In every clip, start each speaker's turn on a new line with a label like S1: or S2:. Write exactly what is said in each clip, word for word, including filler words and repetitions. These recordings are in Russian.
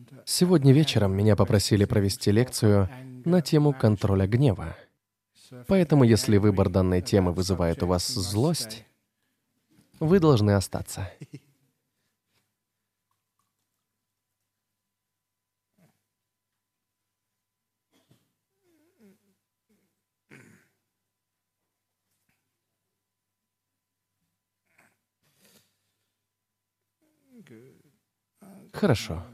S1: Сегодня вечером меня попросили провести лекцию на тему контроля гнева. Поэтому, если выбор данной темы вызывает у вас злость, вы должны остаться. Хорошо.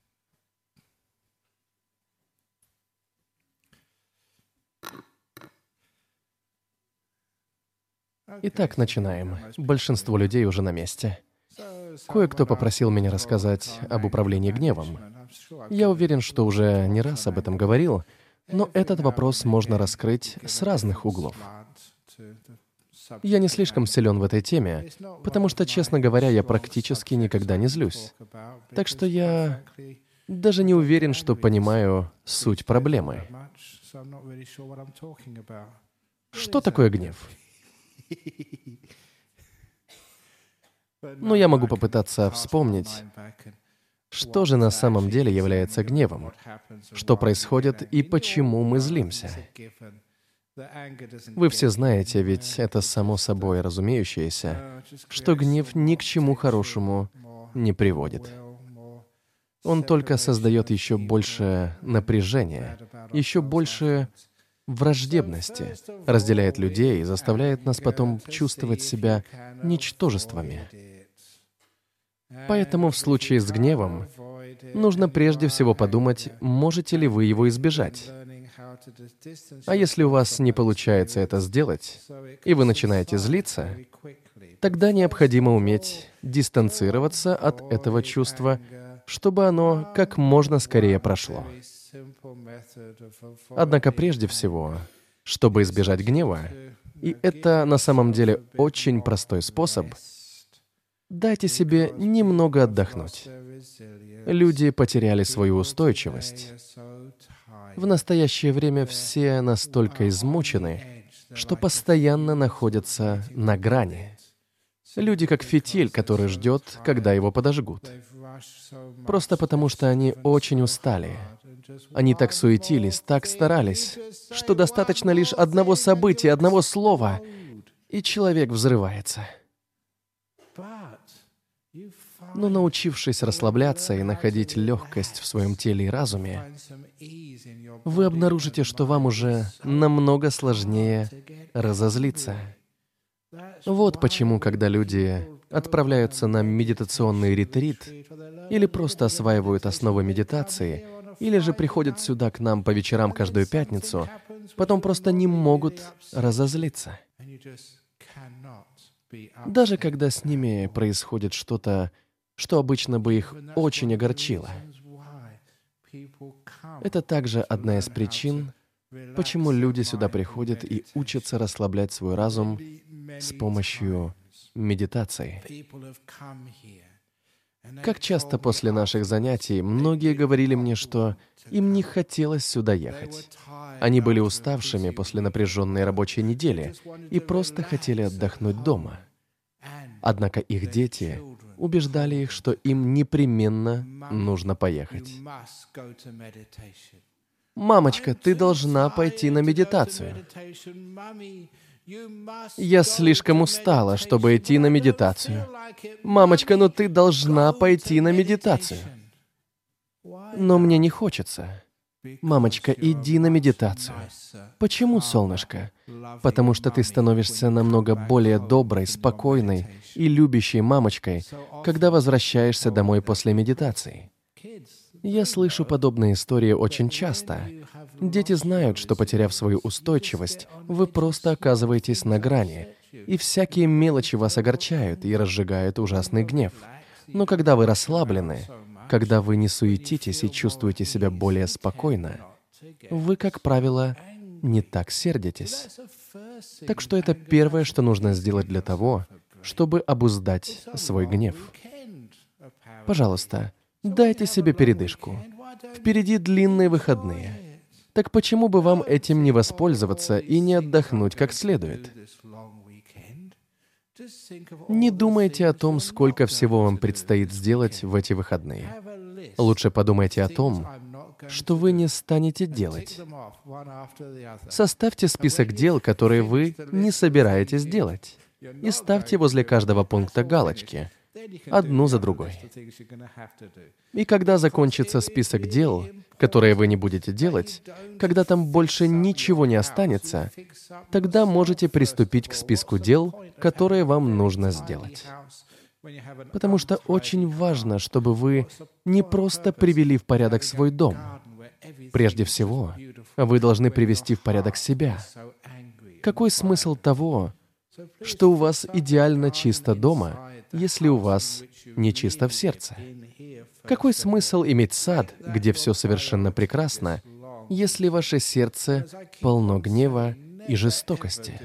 S1: Итак, начинаем. Большинство людей уже на месте. Кое-кто попросил меня рассказать об управлении гневом. Я уверен, что уже не раз об этом говорил, но этот вопрос можно раскрыть с разных углов. Я не слишком силен в этой теме, потому что, честно говоря, я практически никогда не злюсь. Так что я даже не уверен, что понимаю суть проблемы. Что такое гнев? Но я могу попытаться вспомнить, что же на самом деле является гневом, что происходит и почему мы злимся. Вы все знаете, ведь это само собой разумеющееся, что гнев ни к чему хорошему не приводит. Он только создает еще больше напряжения, еще больше враждебности, разделяет людей и заставляет нас потом чувствовать себя ничтожествами. Поэтому в случае с гневом нужно прежде всего подумать, можете ли вы его избежать. А если у вас не получается это сделать, и вы начинаете злиться, тогда необходимо уметь дистанцироваться от этого чувства, чтобы оно как можно скорее прошло. Однако прежде всего, чтобы избежать гнева, и это на самом деле очень простой способ, дайте себе немного отдохнуть. Люди потеряли свою устойчивость. В настоящее время все настолько измучены, что постоянно находятся на грани. Люди как фитиль, который ждет, когда его подожгут. Просто потому, что они очень устали. Они так суетились, так старались, что достаточно лишь одного события, одного слова, и человек взрывается. Но научившись расслабляться и находить легкость в своем теле и разуме, вы обнаружите, что вам уже намного сложнее разозлиться. Вот почему, когда люди отправляются на медитационный ретрит или просто осваивают основы медитации, или же приходят сюда к нам по вечерам каждую пятницу, потом просто не могут разозлиться. Даже когда с ними происходит что-то, что обычно бы их очень огорчило. Это также одна из причин, почему люди сюда приходят и учатся расслаблять свой разум с помощью медитации. Как часто после наших занятий многие говорили мне, что им не хотелось сюда ехать. Они были уставшими после напряженной рабочей недели и просто хотели отдохнуть дома. Однако их дети убеждали их, что им непременно нужно поехать. «Мамочка, ты должна пойти на медитацию». «Я слишком устала, чтобы идти на медитацию». «Мамочка, но ты должна пойти на медитацию». «Но мне не хочется». «Мамочка, иди на медитацию». «Почему, солнышко?» «Потому что ты становишься намного более доброй, спокойной и любящей мамочкой, когда возвращаешься домой после медитации». Я слышу подобные истории очень часто. Дети знают, что, потеряв свою устойчивость, вы просто оказываетесь на грани, и всякие мелочи вас огорчают и разжигают ужасный гнев. Но когда вы расслаблены, когда вы не суетитесь и чувствуете себя более спокойно, вы, как правило, не так сердитесь. Так что это первое, что нужно сделать для того, чтобы обуздать свой гнев. Пожалуйста, дайте себе передышку. Впереди длинные выходные. Так почему бы вам этим не воспользоваться и не отдохнуть как следует? Не думайте о том, сколько всего вам предстоит сделать в эти выходные. Лучше подумайте о том, что вы не станете делать. Составьте список дел, которые вы не собираетесь делать, и ставьте возле каждого пункта галочки, одну за другой. И когда закончится список дел, которые вы не будете делать, когда там больше ничего не останется, тогда можете приступить к списку дел, которые вам нужно сделать. Потому что очень важно, чтобы вы не просто привели в порядок свой дом. Прежде всего, вы должны привести в порядок себя. Какой смысл того, что у вас идеально чисто дома, если у вас не чисто в сердце? Какой смысл иметь сад, где все совершенно прекрасно, если ваше сердце полно гнева и жестокости?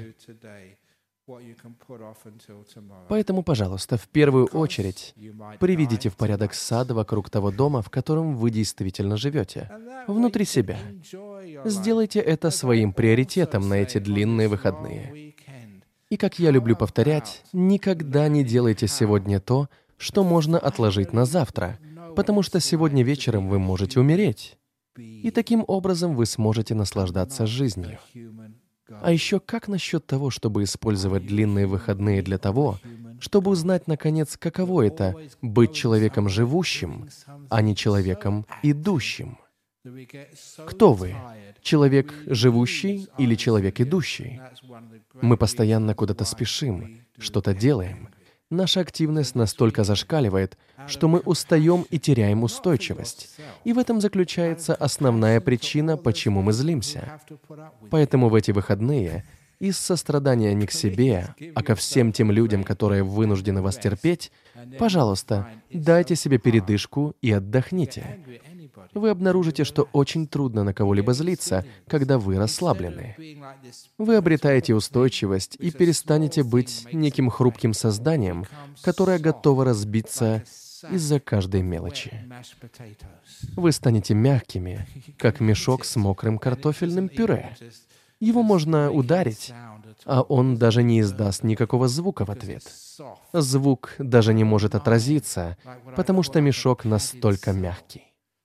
S1: Поэтому, пожалуйста, в первую очередь приведите в порядок сад вокруг того дома, в котором вы действительно живете, внутри себя. Сделайте это своим приоритетом на эти длинные выходные. И, как я люблю повторять, никогда не делайте сегодня то, что можно отложить на завтра, потому что сегодня вечером вы можете умереть. И таким образом вы сможете наслаждаться жизнью. А еще как насчет того, чтобы использовать длинные выходные для того, чтобы узнать, наконец, каково это — быть человеком живущим, а не человеком идущим? Кто вы? Человек живущий или человек идущий? Мы постоянно куда-то спешим, что-то делаем. Наша активность настолько зашкаливает, что мы устаем и теряем устойчивость. И в этом заключается основная причина, почему мы злимся. Поэтому в эти выходные, из сострадания не к себе, а ко всем тем людям, которые вынуждены вас терпеть, пожалуйста, дайте себе передышку и отдохните. Вы обнаружите, что очень трудно на кого-либо злиться, когда вы расслаблены. Вы обретаете устойчивость и перестанете быть неким хрупким созданием, которое готово разбиться из-за каждой мелочи. Вы станете мягкими, как мешок с мокрым картофельным пюре. Его можно ударить, а он даже не издаст никакого звука в ответ. Звук даже не может отразиться, потому что мешок настолько мягкий.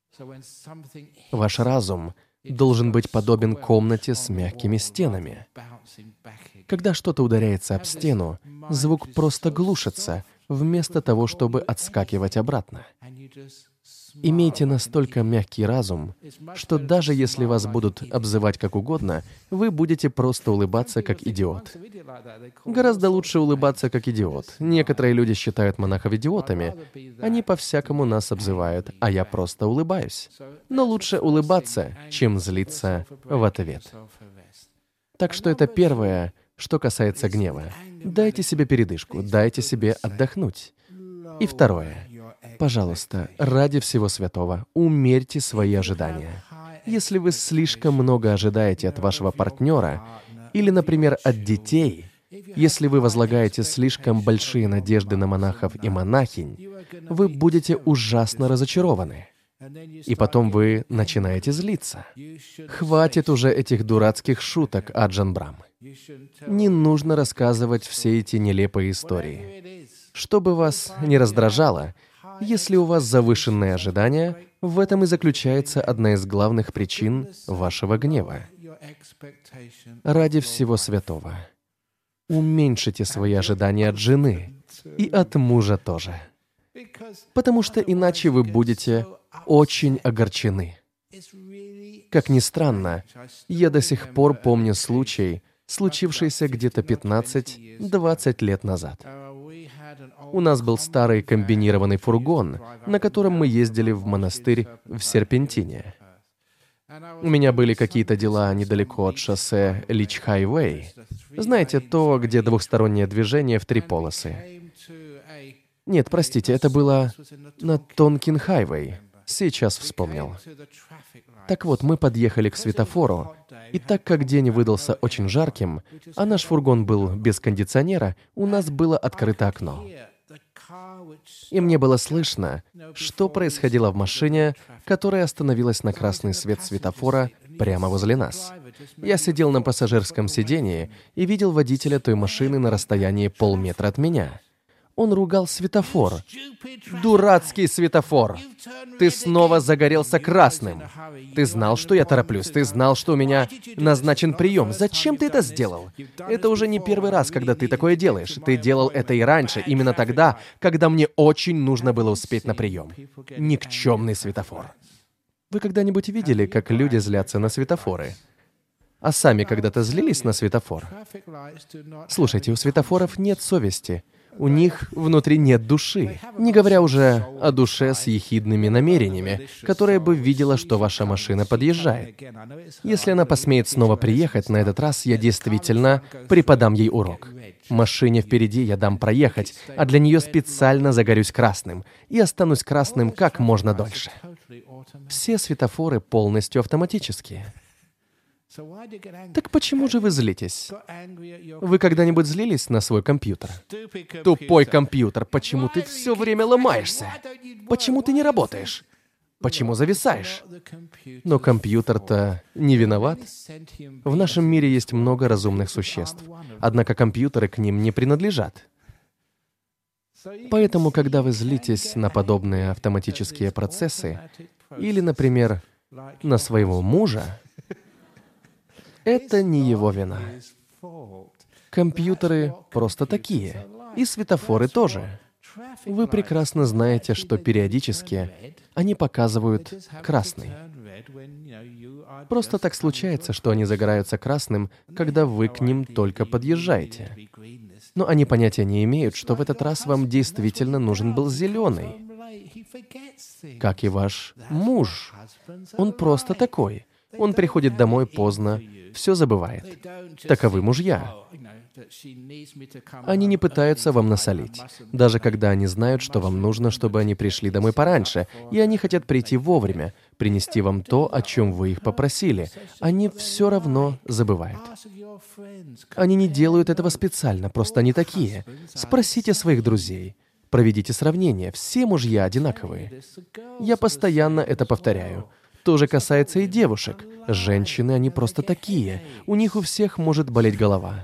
S1: Ваш разум должен быть подобен комнате с мягкими стенами. Когда что-то ударяется об стену, звук просто глушится, вместо того, чтобы отскакивать обратно. Имейте настолько мягкий разум, что даже если вас будут обзывать как угодно, вы будете просто улыбаться как идиот. Гораздо лучше улыбаться как идиот. Некоторые люди считают монахов идиотами. Они по-всякому нас обзывают, а я просто улыбаюсь. Но лучше улыбаться, чем злиться в ответ. Так что это первое, что касается гнева. Дайте себе передышку, дайте себе отдохнуть. И второе. Пожалуйста, ради всего святого, умерьте свои ожидания. Если вы слишком много ожидаете от вашего партнера или, например, от детей, если вы возлагаете слишком большие надежды на монахов и монахинь, вы будете ужасно разочарованы. И потом вы начинаете злиться. Хватит уже этих дурацких шуток, Аджан Брам. Не нужно рассказывать все эти нелепые истории. Что бы вас ни раздражало, если у вас завышенные ожидания, в этом и заключается одна из главных причин вашего гнева. Ради всего святого, уменьшите свои ожидания от жены и от мужа тоже. Потому что иначе вы будете очень огорчены. Как ни странно, я до сих пор помню случай, случившийся где-то пятнадцать-двадцать лет назад. У нас был старый комбинированный фургон, на котором мы ездили в монастырь в Серпентине. У меня были какие-то дела недалеко от шоссе Лич-Хайвей. Знаете, то, где двухстороннее движение в три полосы. Нет, простите, это было на Тонкин-Хайвей. Сейчас вспомнил. Так вот, мы подъехали к светофору, и так как день выдался очень жарким, а наш фургон был без кондиционера, у нас было открыто окно. И мне было слышно, что происходило в машине, которая остановилась на красный свет светофора прямо возле нас. Я сидел на пассажирском сидении и видел водителя той машины на расстоянии полметра от меня. Он ругал светофор. Дурацкий светофор. Ты снова загорелся красным. Ты знал, что я тороплюсь. Ты знал, что у меня назначен прием. Зачем ты это сделал? Это уже не первый раз, когда ты такое делаешь. Ты делал это и раньше, именно тогда, когда мне очень нужно было успеть на прием. Никчемный светофор. Вы когда-нибудь видели, как люди злятся на светофоры? А сами когда-то злились на светофор? Слушайте, у светофоров нет совести. У них внутри нет души. Не говоря уже о душе с ехидными намерениями, которая бы видела, что ваша машина подъезжает. Если она посмеет снова приехать, на этот раз я действительно преподам ей урок. Машине впереди я дам проехать, а для нее специально загорюсь красным и останусь красным как можно дольше. Все светофоры полностью автоматические. Так почему же вы злитесь? Вы когда-нибудь злились на свой компьютер? Тупой компьютер, почему ты все время ломаешься? Почему ты не работаешь? Почему зависаешь? Но компьютер-то не виноват. В нашем мире есть много разумных существ, однако компьютеры к ним не принадлежат. Поэтому, когда вы злитесь на подобные автоматические процессы, или, например, на своего мужа, это не его вина. Компьютеры просто такие, и светофоры тоже. Вы прекрасно знаете, что периодически они показывают красный. Просто так случается, что они загораются красным, когда вы к ним только подъезжаете. Но они понятия не имеют, что в этот раз вам действительно нужен был зеленый. Как и ваш муж. Он просто такой. Он приходит домой поздно, все забывает. Таковы мужья. Они не пытаются вам насолить, даже когда они знают, что вам нужно, чтобы они пришли домой пораньше, и они хотят прийти вовремя, принести вам то, о чем вы их попросили. Они все равно забывают. Они не делают этого специально, просто они такие. Спросите своих друзей. Проведите сравнение. Все мужья одинаковые. Я постоянно это повторяю. То же касается и девушек. Женщины, они просто такие. У них у всех может болеть голова.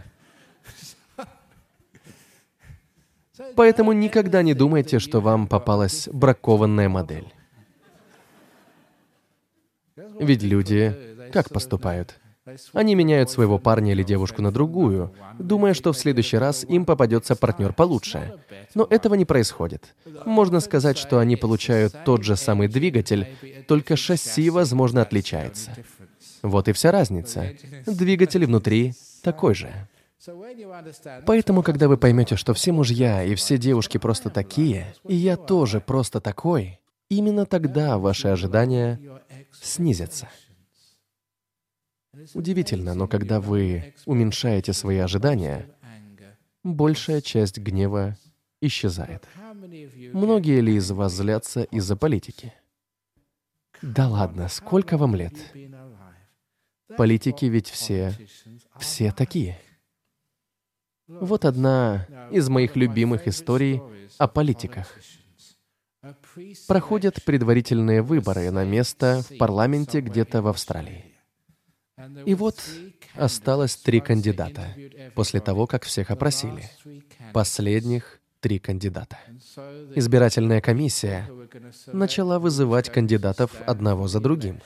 S1: Поэтому никогда не думайте, что вам попалась бракованная модель. Ведь люди как поступают? Они меняют своего парня или девушку на другую, думая, что в следующий раз им попадется партнер получше. Но этого не происходит. Можно сказать, что они получают тот же самый двигатель, только шасси, возможно, отличается. Вот и вся разница. Двигатель внутри такой же. Поэтому, когда вы поймете, что все мужья и все девушки просто такие, и я тоже просто такой, именно тогда ваши ожидания снизятся. Удивительно, но когда вы уменьшаете свои ожидания, большая часть гнева исчезает. Многие ли из вас злятся из-за политики? Да ладно, сколько вам лет? Политики ведь все, все такие. Вот одна из моих любимых историй о политиках. Проходят предварительные выборы на место в парламенте где-то в Австралии. И вот осталось три кандидата, после того, как всех опросили. Последних три кандидата. Избирательная комиссия начала вызывать кандидатов одного за другим.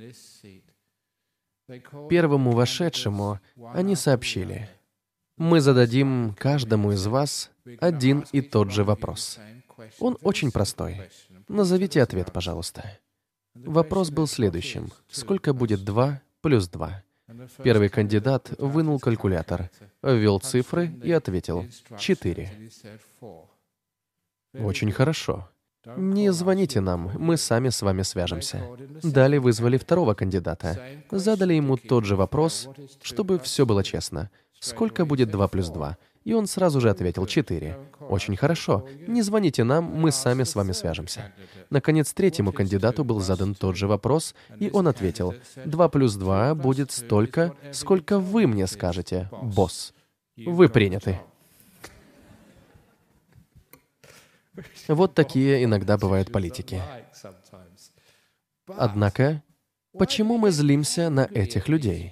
S1: Первому вошедшему они сообщили: «Мы зададим каждому из вас один и тот же вопрос. Он очень простой. Назовите ответ, пожалуйста». Вопрос был следующим. Сколько будет два плюс два? Первый кандидат вынул калькулятор, ввел цифры и ответил: четыре. Очень хорошо. Не звоните нам, мы сами с вами свяжемся. Далее вызвали второго кандидата. Задали ему тот же вопрос, чтобы все было честно. Сколько будет два плюс два? И он сразу же ответил: четыре. Очень хорошо. Не звоните нам, мы сами с вами свяжемся. Наконец, третьему кандидату был задан тот же вопрос, и он ответил: два плюс два будет столько, сколько вы мне скажете, босс. Вы приняты. Вот такие иногда бывают политики. Однако, почему мы злимся на этих людей?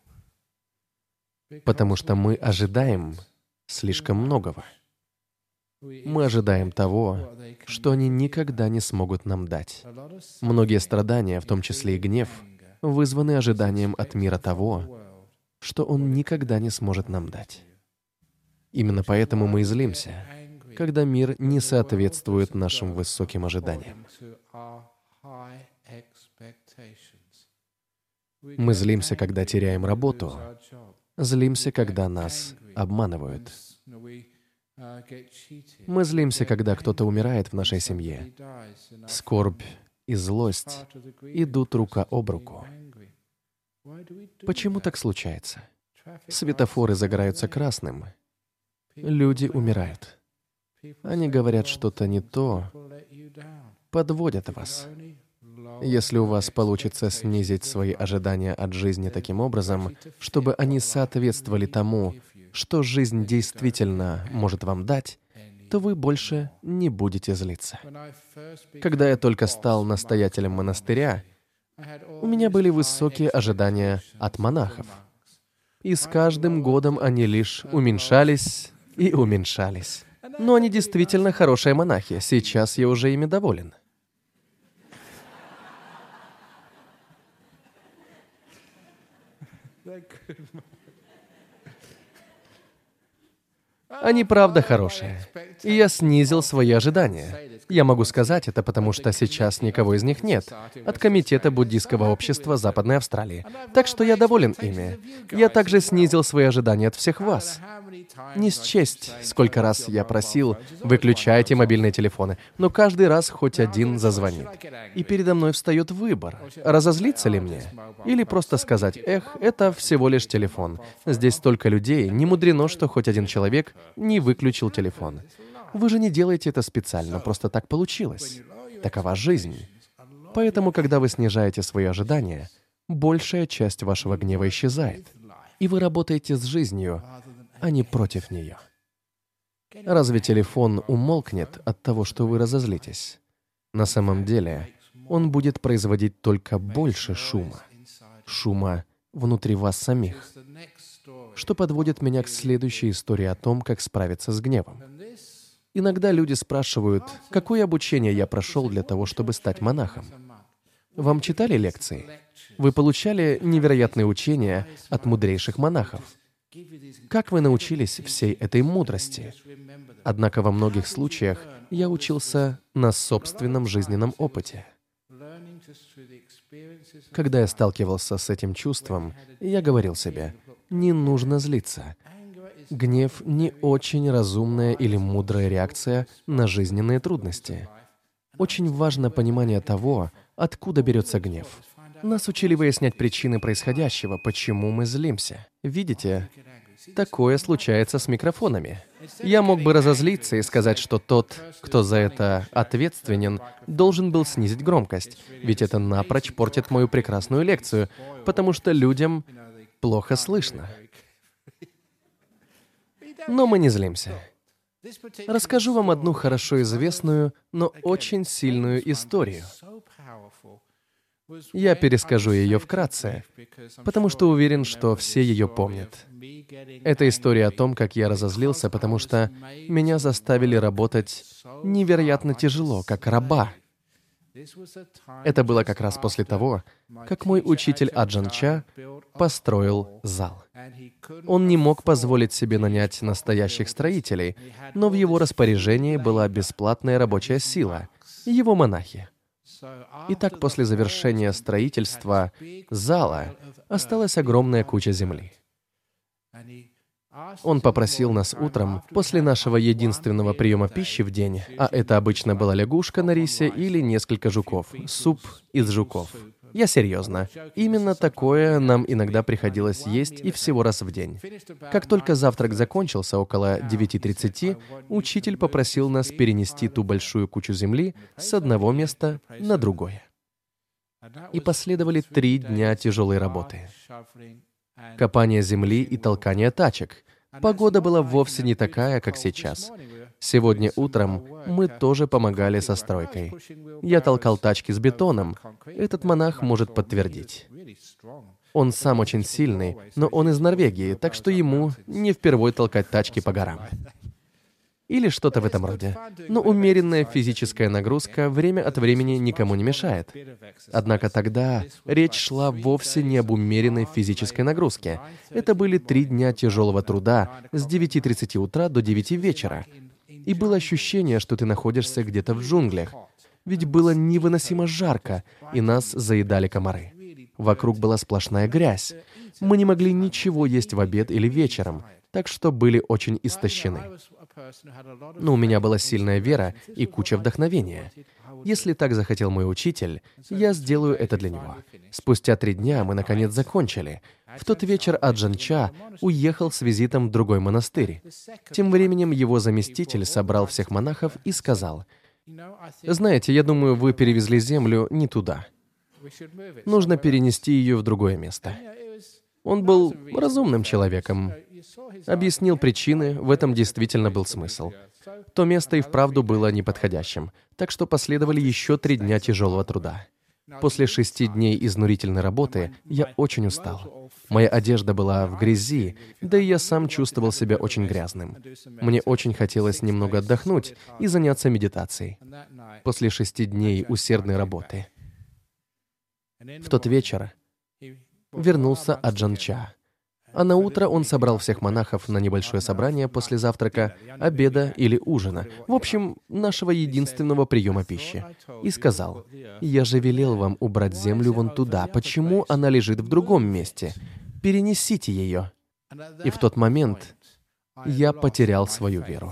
S1: Потому что мы ожидаем слишком многого. Мы ожидаем того, что они никогда не смогут нам дать. Многие страдания, в том числе и гнев, вызваны ожиданием от мира того, что он никогда не сможет нам дать. Именно поэтому мы и злимся, когда мир не соответствует нашим высоким ожиданиям. Мы злимся, когда теряем работу, злимся, когда нас обманывают. Мы злимся, когда кто-то умирает в нашей семье. Скорбь и злость идут рука об руку. Почему так случается? Светофоры загораются красным. Люди умирают. Они говорят что-то не то, подводят вас. Если у вас получится снизить свои ожидания от жизни таким образом, чтобы они соответствовали тому, что жизнь действительно может вам дать, то вы больше не будете злиться. Когда я только стал настоятелем монастыря, у меня были высокие ожидания от монахов. И с каждым годом они лишь уменьшались и уменьшались. Но они действительно хорошие монахи. Сейчас я уже ими доволен. Они правда хорошие. И я снизил свои ожидания. Я могу сказать это, потому что сейчас никого из них нет. От Комитета буддийского общества Западной Австралии. Так что я доволен ими. Я также снизил свои ожидания от всех вас. Не счесть, сколько раз я просил, выключайте мобильные телефоны, но каждый раз хоть один зазвонит. И передо мной встает выбор, разозлиться ли мне, или просто сказать, эх, это всего лишь телефон. Здесь столько людей, не мудрено, что хоть один человек не выключил телефон. Вы же не делаете это специально, просто так получилось. Такова жизнь. Поэтому, когда вы снижаете свои ожидания, большая часть вашего гнева исчезает, и вы работаете с жизнью, а не против нее. Разве телефон умолкнет от того, что вы разозлитесь? На самом деле, он будет производить только больше шума. Шума внутри вас самих. Что подводит меня к следующей истории о том, как справиться с гневом. Иногда люди спрашивают, какое обучение я прошел для того, чтобы стать монахом. Вам читали лекции? Вы получали невероятные учения от мудрейших монахов. Как вы научились всей этой мудрости? Однако во многих случаях я учился на собственном жизненном опыте. Когда я сталкивался с этим чувством, я говорил себе, не нужно злиться. Гнев — не очень разумная или мудрая реакция на жизненные трудности. Очень важно понимание того, откуда берется гнев. Нас учили выяснять причины происходящего, почему мы злимся. Видите, такое случается с микрофонами. Я мог бы разозлиться и сказать, что тот, кто за это ответственен, должен был снизить громкость, ведь это напрочь портит мою прекрасную лекцию, потому что людям плохо слышно. Но мы не злимся. Расскажу вам одну хорошо известную, но очень сильную историю. Я перескажу ее вкратце, потому что уверен, что все ее помнят. Это история о том, как я разозлился, потому что меня заставили работать невероятно тяжело, как раба. Это было как раз после того, как мой учитель Аджан Ча построил зал. Он не мог позволить себе нанять настоящих строителей, но в его распоряжении была бесплатная рабочая сила, его монахи. Итак, после завершения строительства зала осталась огромная куча земли. Он попросил нас утром, после нашего единственного приема пищи в день, а это обычно была лягушка на рисе или несколько жуков, суп из жуков. Я серьезно. Именно такое нам иногда приходилось есть и всего раз в день. Как только завтрак закончился, около девяти тридцати, учитель попросил нас перенести ту большую кучу земли с одного места на другое. И последовали три дня тяжелой работы. Копание земли и толкание тачек. Погода была вовсе не такая, как сейчас. Сегодня утром мы тоже помогали со стройкой. Я толкал тачки с бетоном. Этот монах может подтвердить. Он сам очень сильный, но он из Норвегии, так что ему не впервой толкать тачки по горам. Или что-то в этом роде. Но умеренная физическая нагрузка время от времени никому не мешает. Однако тогда речь шла вовсе не об умеренной физической нагрузке. Это были три дня тяжелого труда с девяти тридцати утра до девяти вечера. И было ощущение, что ты находишься где-то в джунглях. Ведь было невыносимо жарко, и нас заедали комары. Вокруг была сплошная грязь. Мы не могли ничего есть в обед или вечером, так что были очень истощены. Но у меня была сильная вера и куча вдохновения. Если так захотел мой учитель, я сделаю это для него. Спустя три дня мы, наконец, закончили. В тот вечер Аджан Ча уехал с визитом в другой монастырь. Тем временем его заместитель собрал всех монахов и сказал: «Знаете, я думаю, вы перевезли землю не туда. Нужно перенести ее в другое место». Он был разумным человеком. Объяснил причины, в этом действительно был смысл. То место и вправду было неподходящим, так что последовали еще три дня тяжелого труда. После шести дней изнурительной работы я очень устал. Моя одежда была в грязи, да и я сам чувствовал себя очень грязным. Мне очень хотелось немного отдохнуть и заняться медитацией. После шести дней усердной работы. В тот вечер вернулся Аджан Ча. А на утро он собрал всех монахов на небольшое собрание после завтрака, обеда или ужина, в общем, нашего единственного приема пищи, и сказал: «Я же велел вам убрать землю вон туда, почему она лежит в другом месте? Перенесите ее». И в тот момент я потерял свою веру.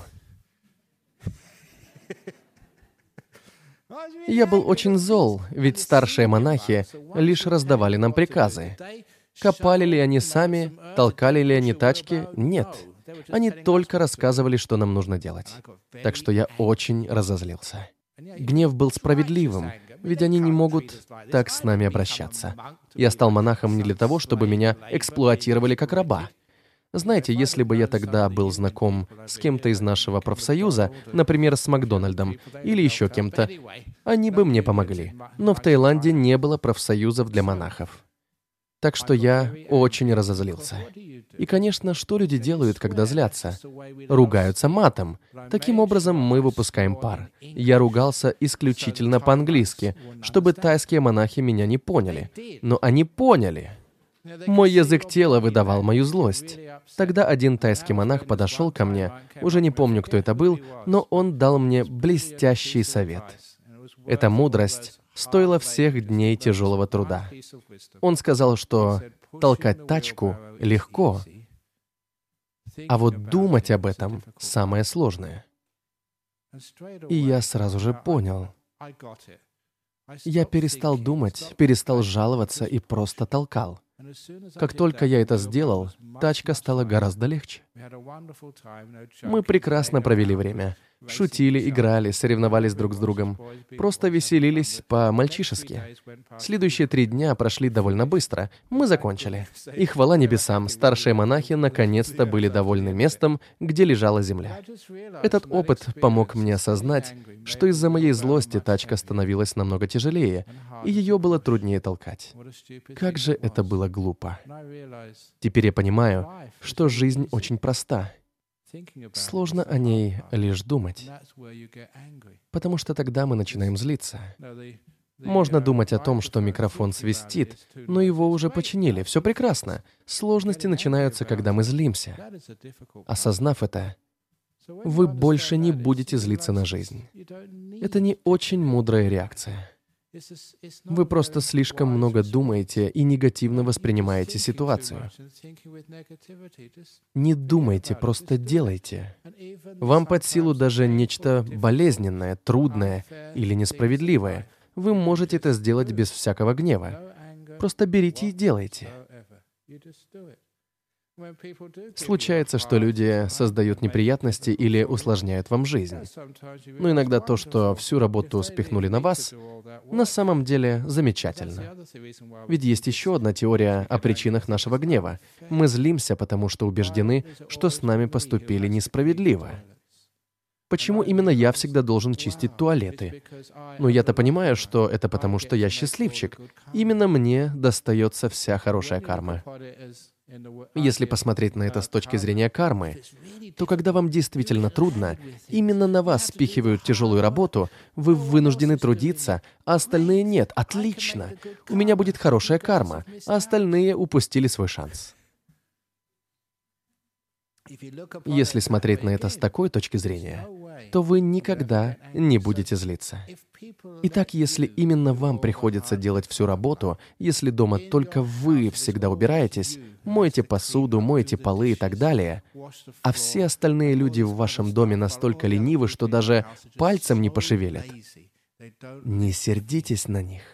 S1: Я был очень зол, ведь старшие монахи лишь раздавали нам приказы. Копали ли они сами, толкали ли они тачки? Нет. Они только рассказывали, что нам нужно делать. Так что я очень разозлился. Гнев был справедливым, ведь они не могут так с нами обращаться. Я стал монахом не для того, чтобы меня эксплуатировали как раба. Знаете, если бы я тогда был знаком с кем-то из нашего профсоюза, например, с Макдональдом или еще кем-то, они бы мне помогли. Но в Таиланде не было профсоюзов для монахов. Так что я очень разозлился. И, конечно, что люди делают, когда злятся? Ругаются матом. Таким образом, мы выпускаем пар. Я ругался исключительно по-английски, чтобы тайские монахи меня не поняли. Но они поняли. Мой язык тела выдавал мою злость. Тогда один тайский монах подошел ко мне, уже не помню, кто это был, но он дал мне блестящий совет. Эта мудрость стоила всех дней тяжелого труда. Он сказал, что толкать тачку легко, а вот думать об этом самое сложное. И я сразу же понял. Я перестал думать, перестал жаловаться и просто толкал. Как только я это сделал, тачка стала гораздо легче. Мы прекрасно провели время. Шутили, играли, соревновались друг с другом. Просто веселились по-мальчишески. Следующие три дня прошли довольно быстро. Мы закончили. И хвала небесам, старшие монахи наконец-то были довольны местом, где лежала земля. Этот опыт помог мне осознать, что из-за моей злости тачка становилась намного тяжелее, и ее было труднее толкать. Как же это было глупо. Теперь я понимаю, что жизнь очень проста. Сложно о ней лишь думать, потому что тогда мы начинаем злиться. Можно думать о том, что микрофон свистит, но его уже починили. Все прекрасно. Сложности начинаются, когда мы злимся. Осознав это, вы больше не будете злиться на жизнь. Это не очень мудрая реакция. Вы просто слишком много думаете и негативно воспринимаете ситуацию. Не думайте, просто делайте. Вам под силу даже нечто болезненное, трудное или несправедливое. Вы можете это сделать без всякого гнева. Просто берите и делайте. Случается, что люди создают неприятности или усложняют вам жизнь. Но иногда то, что всю работу спихнули на вас, на самом деле замечательно. Ведь есть еще одна теория о причинах нашего гнева. Мы злимся, потому что убеждены, что с нами поступили несправедливо. Почему именно я всегда должен чистить туалеты? Но я-то понимаю, что это потому, что я счастливчик. Именно мне достается вся хорошая карма. Если посмотреть на это с точки зрения кармы, то когда вам действительно трудно, именно на вас спихивают тяжелую работу, вы вынуждены трудиться, а остальные нет. Отлично! У меня будет хорошая карма, а остальные упустили свой шанс. Если смотреть на это с такой точки зрения, то вы никогда не будете злиться. Итак, если именно вам приходится делать всю работу, если дома только вы всегда убираетесь, моете посуду, моете полы и так далее, а все остальные люди в вашем доме настолько ленивы, что даже пальцем не пошевелят, не сердитесь на них.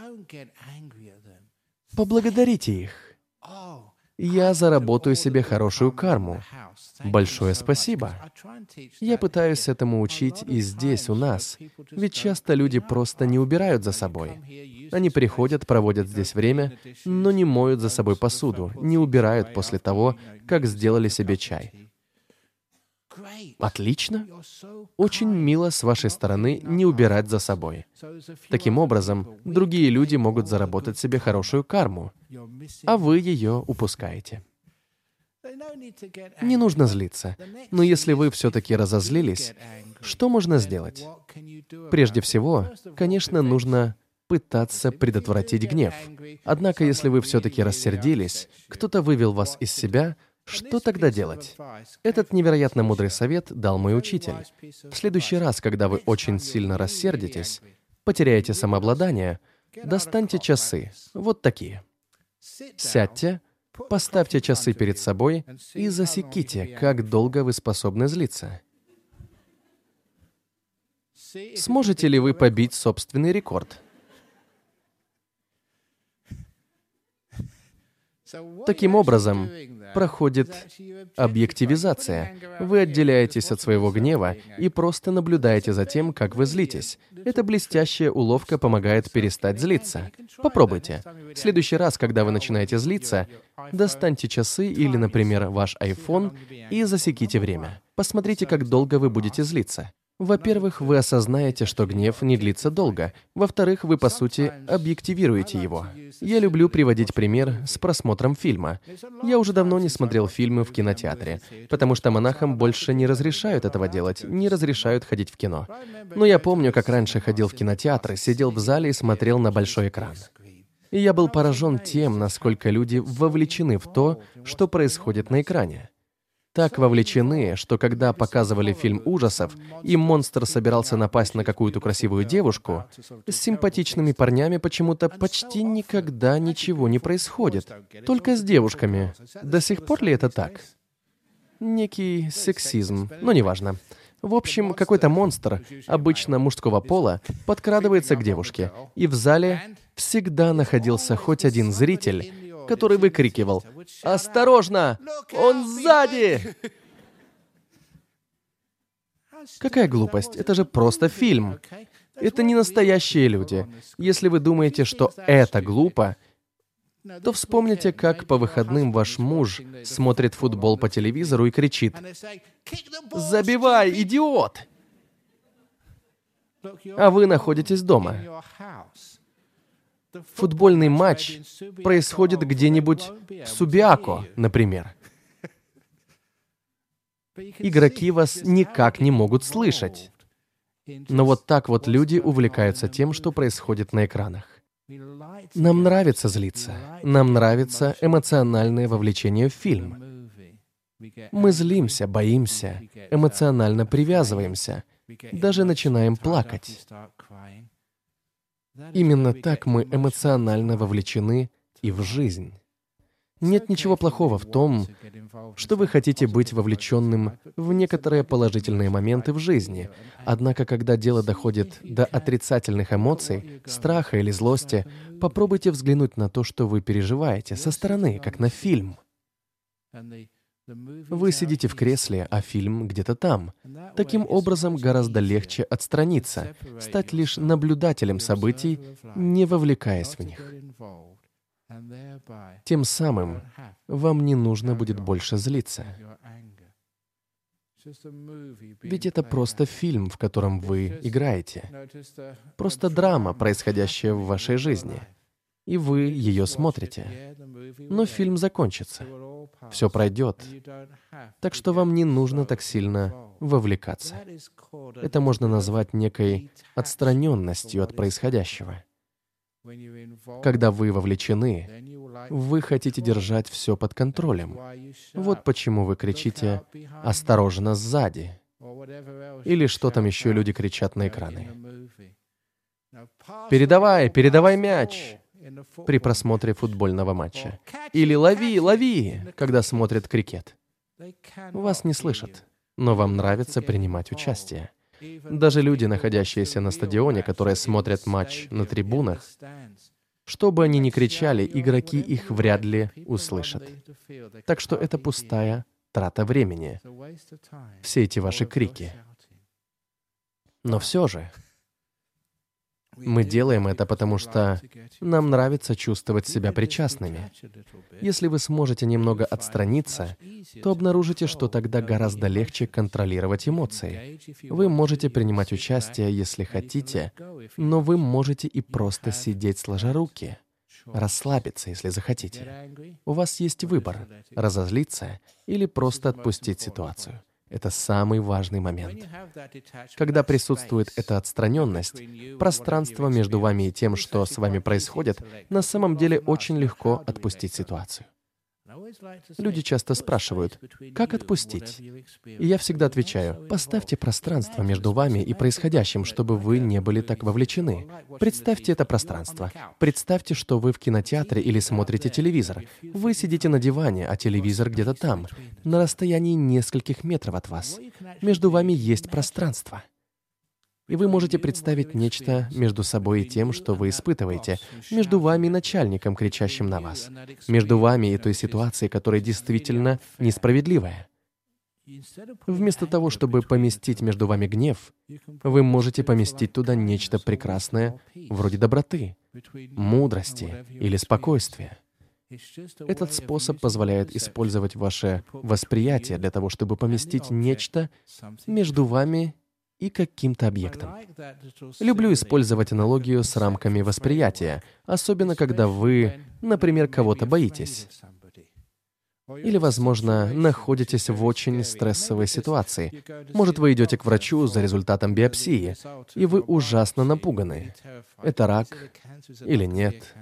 S1: Поблагодарите их. Я заработаю себе хорошую карму. Большое спасибо. Я пытаюсь этому учить и здесь, у нас. Ведь часто люди просто не убирают за собой. Они приходят, проводят здесь время, но не моют за собой посуду, не убирают после того, как сделали себе чай. Отлично. Очень мило с вашей стороны не убирать за собой. Таким образом, другие люди могут заработать себе хорошую карму, а вы ее упускаете. Не нужно злиться, но если вы все-таки разозлились, что можно сделать? Прежде всего, конечно, нужно пытаться предотвратить гнев. Однако, если вы все-таки рассердились, кто-то вывел вас из себя, что тогда делать? Этот невероятно мудрый совет дал мой учитель. В следующий раз, когда вы очень сильно рассердитесь, потеряете самообладание, достаньте часы, вот такие. Сядьте, поставьте часы перед собой и засеките, как долго вы способны злиться. Сможете ли вы побить собственный рекорд? Таким образом, проходит объективизация. Вы отделяетесь от своего гнева и просто наблюдаете за тем, как вы злитесь. Эта блестящая уловка помогает перестать злиться. Попробуйте. В следующий раз, когда вы начинаете злиться, достаньте часы или, например, ваш iPhone и засеките время. Посмотрите, как долго вы будете злиться. Во-первых, вы осознаете, что гнев не длится долго. Во-вторых, вы, по сути, объективируете его. Я люблю приводить пример с просмотром фильма. Я уже давно не смотрел фильмы в кинотеатре, потому что монахам больше не разрешают этого делать, не разрешают ходить в кино. Но я помню, как раньше ходил в кинотеатр, сидел в зале и смотрел на большой экран. И я был поражен тем, насколько люди вовлечены в то, что происходит на экране. Так вовлечены, что когда показывали фильм ужасов, и монстр собирался напасть на какую-то красивую девушку, с симпатичными парнями почему-то почти никогда ничего не происходит. Только с девушками. До сих пор ли это так? Некий сексизм, но неважно. В общем, какой-то монстр, обычно мужского пола, подкрадывается к девушке, и в зале всегда находился хоть один зритель, который выкрикивал: «Осторожно! Он сзади!» Какая глупость, это же просто фильм. Это не настоящие люди. Если вы думаете, что это глупо, то вспомните, как по выходным ваш муж смотрит футбол по телевизору и кричит: «Забивай, идиот!» А вы находитесь дома. Футбольный матч происходит где-нибудь в Субиако, например. Игроки вас никак не могут слышать. Но вот так вот люди увлекаются тем, что происходит на экранах. Нам нравится злиться. Нам нравится эмоциональное вовлечение в фильм. Мы злимся, боимся, эмоционально привязываемся, даже начинаем плакать. Именно так мы эмоционально вовлечены и в жизнь. Нет ничего плохого в том, что вы хотите быть вовлеченным в некоторые положительные моменты в жизни. Однако, когда дело доходит до отрицательных эмоций, страха или злости, попробуйте взглянуть на то, что вы переживаете, со стороны, как на фильм. Вы сидите в кресле, а фильм где-то там. Таким образом, гораздо легче отстраниться, стать лишь наблюдателем событий, не вовлекаясь в них. Тем самым вам не нужно будет больше злиться. Ведь это просто фильм, в котором вы играете. Просто драма, происходящая в вашей жизни. и вы ее смотрите. Но фильм закончится. Все пройдет. Так что вам не нужно так сильно вовлекаться. Это можно назвать некой отстраненностью от происходящего. Когда вы вовлечены, вы хотите держать все под контролем. Вот почему вы кричите «осторожно, сзади!» или что там еще люди кричат на экраны. «Передавай, передавай мяч!» при просмотре футбольного матча. Или «лови, лови!» когда смотрят крикет. Вас не слышат, но вам нравится принимать участие. Даже люди, находящиеся на стадионе, которые смотрят матч на трибунах, что бы они ни кричали, игроки их вряд ли услышат. Так что это пустая трата времени. Все эти ваши крики. Но все же, мы делаем это, потому что нам нравится чувствовать себя причастными. Если вы сможете немного отстраниться, то обнаружите, что тогда гораздо легче контролировать эмоции. Вы можете принимать участие, если хотите, но вы можете и просто сидеть сложа руки, расслабиться, если захотите. У вас есть выбор — разозлиться или просто отпустить ситуацию. Это самый важный момент. Когда присутствует эта отстраненность, пространство между вами и тем, что с вами происходит, на самом деле очень легко отпустить ситуацию. Люди часто спрашивают, как отпустить? И я всегда отвечаю, поставьте пространство между вами и происходящим, чтобы вы не были так вовлечены. Представьте это пространство. Представьте, что вы в кинотеатре или смотрите телевизор. Вы сидите на диване, а телевизор где-то там, на расстоянии нескольких метров от вас. Между вами есть пространство. И вы можете представить нечто между собой и тем, что вы испытываете, между вами и начальником, кричащим на вас, между вами и той ситуацией, которая действительно несправедливая. Вместо того, чтобы поместить между вами гнев, вы можете поместить туда нечто прекрасное, вроде доброты, мудрости или спокойствия. Этот способ позволяет использовать ваше восприятие для того, чтобы поместить нечто между вами и каким-то объектом. Люблю использовать аналогию с рамками восприятия, особенно когда вы, например, кого-то боитесь. Или, возможно, находитесь в очень стрессовой ситуации. Может, вы идете к врачу за результатом биопсии, и вы ужасно напуганы. Это рак или нет?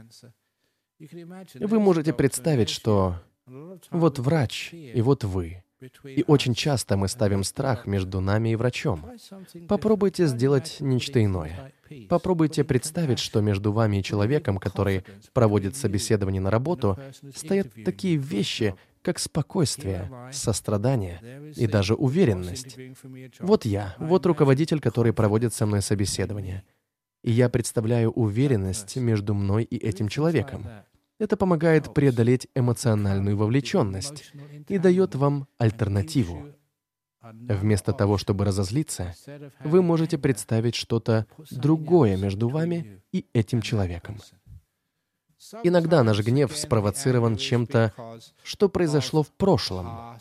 S1: Вы можете представить, что вот врач, и вот вы. И очень часто мы ставим страх между нами и врачом. Попробуйте сделать нечто иное. Попробуйте представить, что между вами и человеком, который проводит собеседование на работу, стоят такие вещи, как спокойствие, сострадание и даже уверенность. Вот я, вот руководитель, который проводит со мной собеседование. И я представляю уверенность между мной и этим человеком. Это помогает преодолеть эмоциональную вовлеченность и дает вам альтернативу. Вместо того, чтобы разозлиться, вы можете представить что-то другое между вами и этим человеком. Иногда наш гнев спровоцирован чем-то, что произошло в прошлом.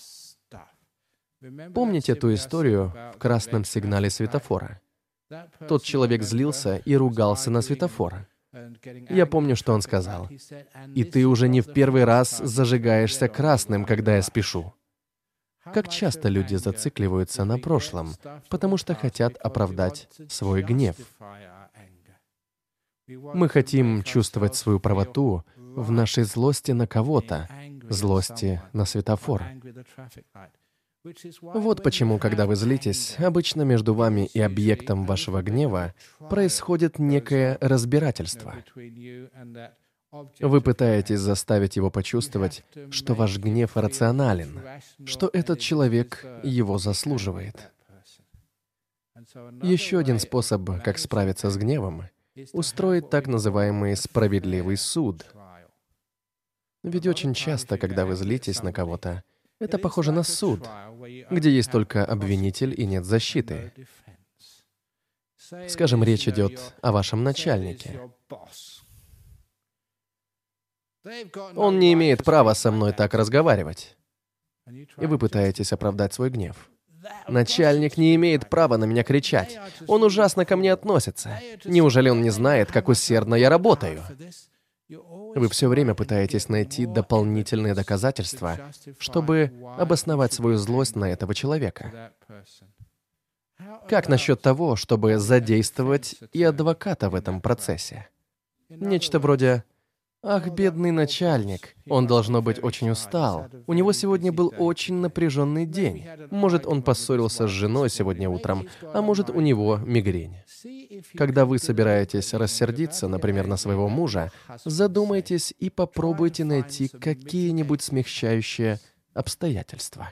S1: Помните ту историю в красном сигнале светофора? Тот человек злился и ругался на светофор. Я помню, что он сказал. «И ты уже не в первый раз зажигаешься красным, когда я спешу». Как часто люди зацикливаются на прошлом, потому что хотят оправдать свой гнев. Мы хотим чувствовать свою правоту в нашей злости на кого-то, злости на светофор. Вот почему, когда вы злитесь, обычно между вами и объектом вашего гнева происходит некое разбирательство. Вы пытаетесь заставить его почувствовать, что ваш гнев рационален, что этот человек его заслуживает. Еще один способ, как справиться с гневом, устроить так называемый справедливый суд. Ведь очень часто, когда вы злитесь на кого-то, это похоже на суд, где есть только обвинитель и нет защиты. Скажем, речь идет о вашем начальнике. Он не имеет права со мной так разговаривать. И вы пытаетесь оправдать свой гнев. Начальник не имеет права на меня кричать. Он ужасно ко мне относится. Неужели он не знает, как усердно я работаю? Вы все время пытаетесь найти дополнительные доказательства, чтобы обосновать свою злость на этого человека. Как насчет того, чтобы задействовать и адвоката в этом процессе? Нечто вроде: «Ах, бедный начальник, он, должно быть, очень устал. У него сегодня был очень напряженный день. Может, он поссорился с женой сегодня утром, а может, у него мигрень». Когда вы собираетесь рассердиться, например, на своего мужа, задумайтесь и попробуйте найти какие-нибудь смягчающие обстоятельства.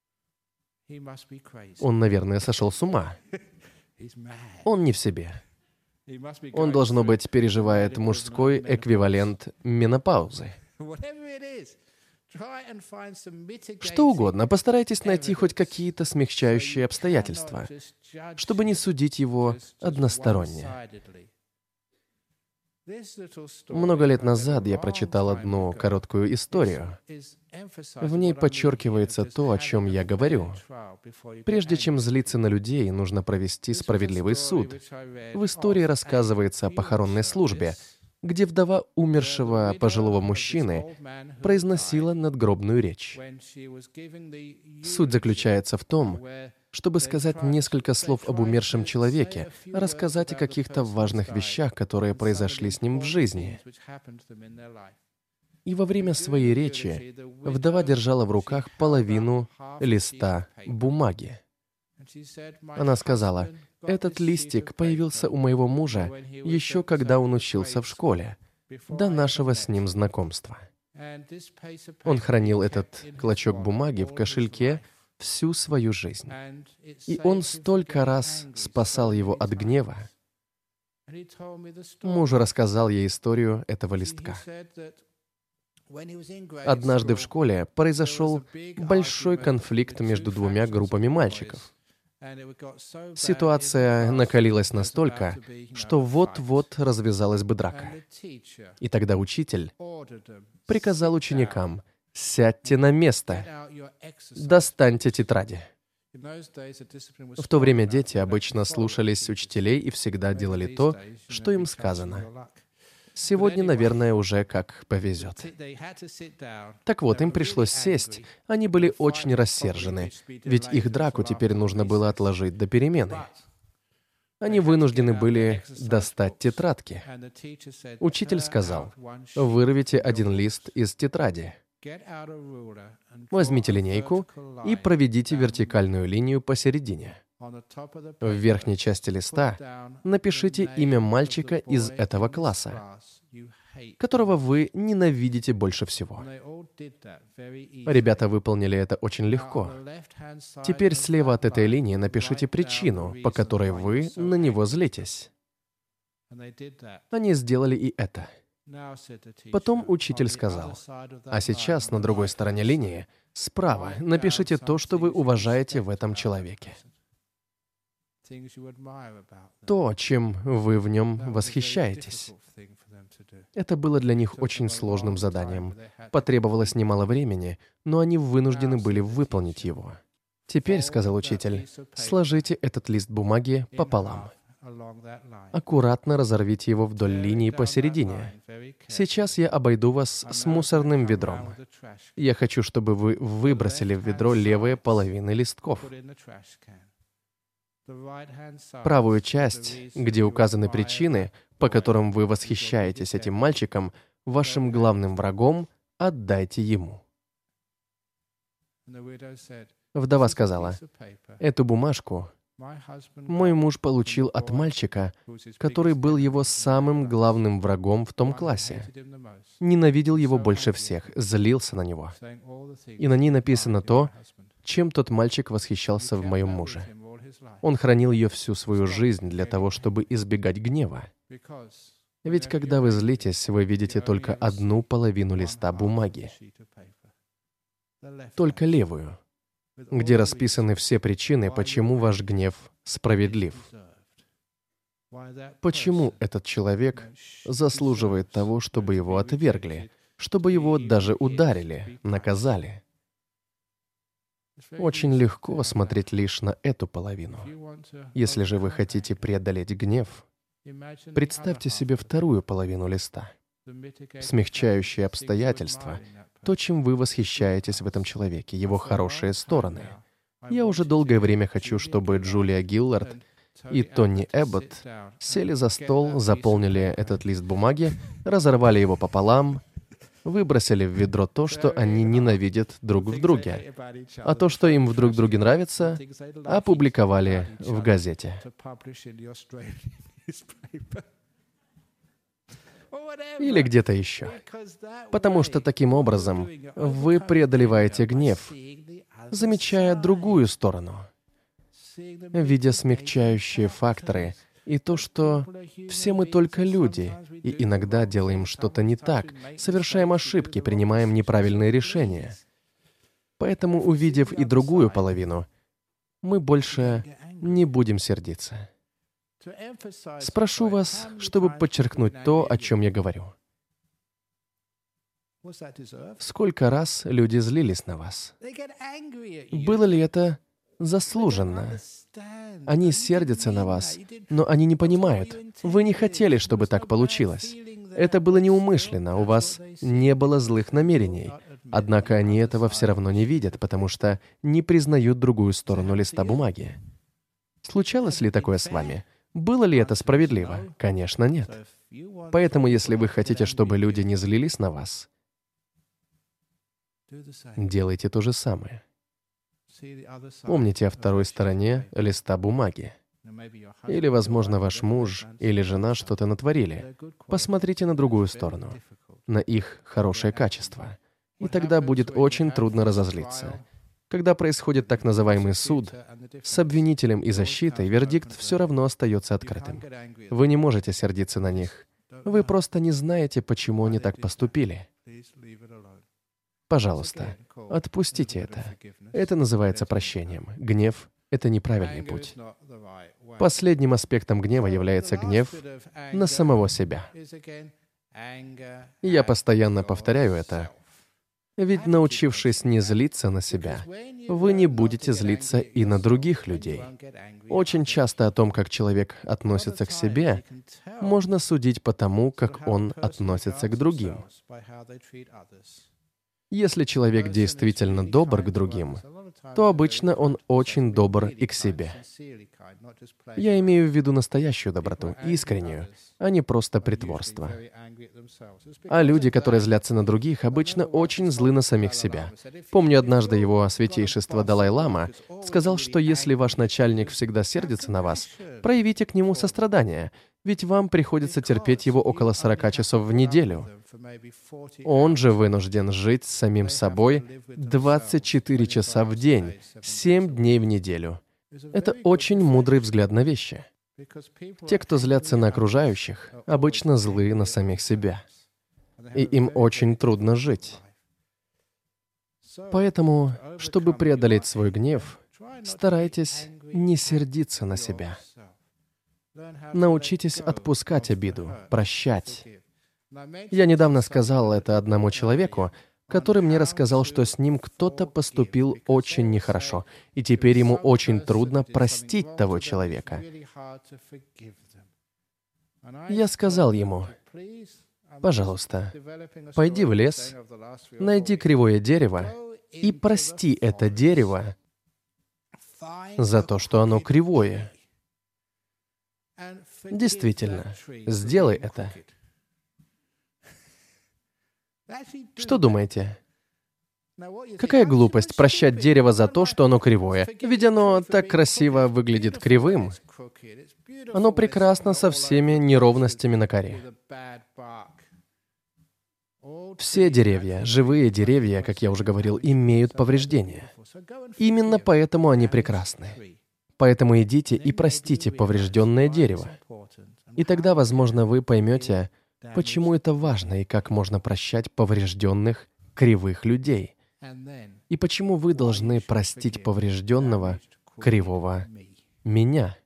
S1: Он, наверное, сошел с ума. Он не в себе. Он, должно быть, переживает мужской эквивалент менопаузы. Что угодно, постарайтесь найти хоть какие-то смягчающие обстоятельства, чтобы не судить его односторонне. Много лет назад я прочитал одну короткую историю. В ней подчеркивается то, о чем я говорю. Прежде чем злиться на людей, нужно провести справедливый суд. В истории рассказывается о похоронной службе, где вдова умершего пожилого мужчины произносила надгробную речь. Суть заключается в том, чтобы сказать несколько слов об умершем человеке, рассказать о каких-то важных вещах, которые произошли с ним в жизни. И во время своей речи вдова держала в руках половину листа бумаги. Она сказала: «Этот листик появился у моего мужа еще когда он учился в школе, до нашего с ним знакомства. Он хранил этот клочок бумаги в кошельке всю свою жизнь. И он столько раз спасал его от гнева». Муж рассказал ей историю этого листка. Однажды в школе произошел большой конфликт между двумя группами мальчиков. Ситуация накалилась настолько, что вот-вот развязалась бы драка. И тогда учитель приказал ученикам: «Сядьте на место, достаньте тетради». В то время дети обычно слушались учителей и всегда делали то, что им сказано. Сегодня, наверное, уже как повезет. Так вот, им пришлось сесть. Они были очень рассержены, ведь их драку теперь нужно было отложить до перемены. Они вынуждены были достать тетрадки. Учитель сказал: «Вырвите один лист из тетради. Возьмите линейку и проведите вертикальную линию посередине. В верхней части листа напишите имя мальчика из этого класса, которого вы ненавидите больше всего». Ребята выполнили это очень легко. Теперь слева от этой линии напишите причину, по которой вы на него злитесь. Они сделали и это. Потом учитель сказал: «А сейчас на другой стороне линии, справа, напишите то, что вы уважаете в этом человеке. То, чем вы в нем восхищаетесь». Это было для них очень сложным заданием. Потребовалось немало времени, но они вынуждены были выполнить его. «Теперь, — сказал учитель, — сложите этот лист бумаги пополам. Аккуратно разорвите его вдоль линии посередине. Сейчас я обойду вас с мусорным ведром. Я хочу, чтобы вы выбросили в ведро левые половины листков. Правую часть, где указаны причины, по которым вы восхищаетесь этим мальчиком, вашим главным врагом, отдайте ему». Вдова сказала: «Эту бумажку мой муж получил от мальчика, который был его самым главным врагом в том классе. Ненавидел его больше всех, злился на него. И на ней написано то, чем тот мальчик восхищался в моем муже. Он хранил ее всю свою жизнь для того, чтобы избегать гнева. Ведь когда вы злитесь, вы видите только одну половину листа бумаги. Только левую, где расписаны все причины, почему ваш гнев справедлив. Почему этот человек заслуживает того, чтобы его отвергли, чтобы его даже ударили, наказали. Очень легко смотреть лишь на эту половину. Если же вы хотите преодолеть гнев, представьте себе вторую половину листа. Смягчающие обстоятельства — то, чем вы восхищаетесь в этом человеке, его хорошие стороны. Я уже долгое время хочу, чтобы Джулия Гиллард и Тони Эбботт сели за стол, заполнили этот лист бумаги, разорвали его пополам, выбросили в ведро то, что они ненавидят друг в друге, а то, что им в друг друге нравится, опубликовали в газете. Или где-то еще. Потому что таким образом вы преодолеваете гнев, замечая другую сторону, видя смягчающие факторы и то, что все мы только люди, и иногда делаем что-то не так, совершаем ошибки, принимаем неправильные решения. Поэтому, увидев и другую половину, мы больше не будем сердиться. Спрошу вас, чтобы подчеркнуть то, о чем я говорю. Сколько раз люди злились на вас? Было ли это заслуженно? Они сердятся на вас, но они не понимают. Вы не хотели, чтобы так получилось. Это было неумышленно, у вас не было злых намерений. Однако они этого все равно не видят, потому что не признают другую сторону листа бумаги. Случалось ли такое с вами? Было ли это справедливо? Конечно, нет. Поэтому, если вы хотите, чтобы люди не злились на вас, делайте то же самое. Помните о второй стороне листа бумаги. Или, возможно, ваш муж или жена что-то натворили. Посмотрите на другую сторону, на их хорошее качество. И тогда будет очень трудно разозлиться. Когда происходит так называемый суд, с обвинителем и защитой вердикт все равно остается открытым. Вы не можете сердиться на них. Вы просто не знаете, почему они так поступили. Пожалуйста, отпустите это. Это называется прощением. Гнев — это неправильный путь. Последним аспектом гнева является гнев на самого себя. Я постоянно повторяю это. Ведь, научившись не злиться на себя, вы не будете злиться и на других людей. Очень часто о том, как человек относится к себе, можно судить по тому, как он относится к другим. Если человек действительно добр к другим, то обычно он очень добр и к себе. Я имею в виду настоящую доброту, искреннюю, а не просто притворство. А люди, которые злятся на других, обычно очень злы на самих себя. Помню, однажды его святейшество Далай-лама сказал, что если ваш начальник всегда сердится на вас, проявите к нему сострадание, ведь вам приходится терпеть его около сорока часов в неделю. Он же вынужден жить с самим собой двадцать четыре часа в день, семь дней в неделю. Это очень мудрый взгляд на вещи. Те, кто злятся на окружающих, обычно злы на самих себя. И им очень трудно жить. Поэтому, чтобы преодолеть свой гнев, старайтесь не сердиться на себя. Научитесь отпускать обиду, прощать. Я недавно сказал это одному человеку, который мне рассказал, что с ним кто-то поступил очень нехорошо, и теперь ему очень трудно простить того человека. Я сказал ему: «Пожалуйста, пойди в лес, найди кривое дерево и прости это дерево за то, что оно кривое. Действительно, сделай это». Что думаете? Какая глупость прощать дерево за то, что оно кривое? Ведь оно так красиво выглядит кривым. Оно прекрасно со всеми неровностями на коре. Все деревья, живые деревья, как я уже говорил, имеют повреждения. Именно поэтому они прекрасны. Поэтому идите и простите поврежденное дерево. И тогда, возможно, вы поймете, почему это важно и как можно прощать поврежденных, кривых людей. И почему вы должны простить поврежденного, кривого меня.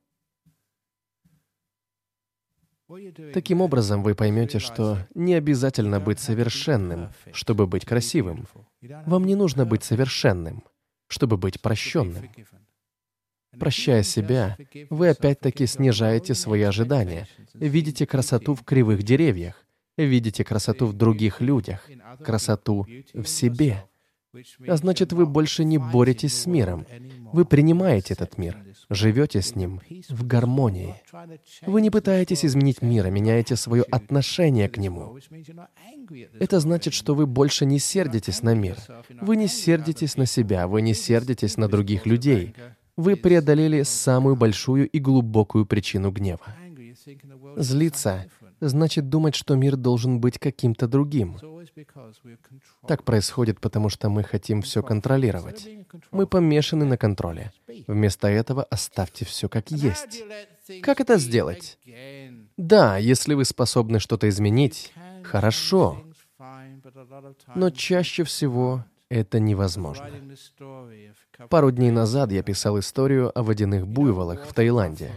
S1: Таким образом, вы поймете, что не обязательно быть совершенным, чтобы быть красивым. Вам не нужно быть совершенным, чтобы быть прощенным. Прощая себя, вы опять-таки снижаете свои ожидания, видите красоту в кривых деревьях, видите красоту в других людях, красоту в себе. А значит, вы больше не боретесь с миром. Вы принимаете этот мир, живете с ним в гармонии. Вы не пытаетесь изменить мир, а меняете свое отношение к нему. Это значит, что вы больше не сердитесь на мир. Вы не сердитесь на себя, вы не сердитесь на других людей. Вы преодолели самую большую и глубокую причину гнева. Злиться значит думать, что мир должен быть каким-то другим. Так происходит, потому что мы хотим все контролировать. Мы помешаны на контроле. Вместо этого оставьте все как есть. Как это сделать? Да, если вы способны что-то изменить, хорошо. Но чаще всего это невозможно. Пару дней назад я писал историю о водяных буйволах в Таиланде.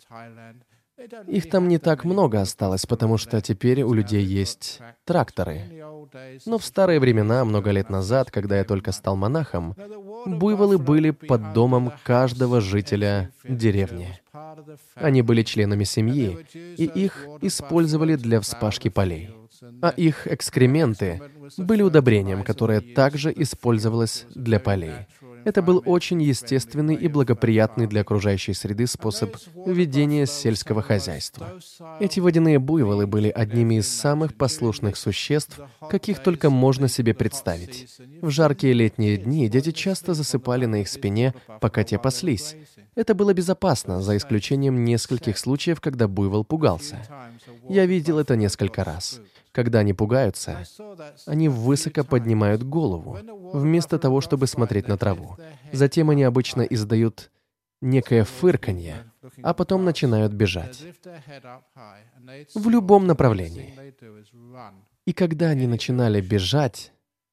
S1: Их там не так много осталось, потому что теперь у людей есть тракторы. Но в старые времена, много лет назад, когда я только стал монахом, буйволы были под домом каждого жителя деревни. Они были членами семьи, и их использовали для вспашки полей. А их экскременты были удобрением, которое также использовалось для полей. Это был очень естественный и благоприятный для окружающей среды способ ведения сельского хозяйства. Эти водяные буйволы были одними из самых послушных существ, каких только можно себе представить. В жаркие летние дни дети часто засыпали на их спине, пока те паслись. Это было безопасно, за исключением нескольких случаев, когда буйвол пугался. Я видел это несколько раз. Когда они пугаются, они высоко поднимают голову, вместо того, чтобы смотреть на траву. Затем они обычно издают некое фырканье, а потом начинают бежать. В любом направлении. И когда они начинали бежать,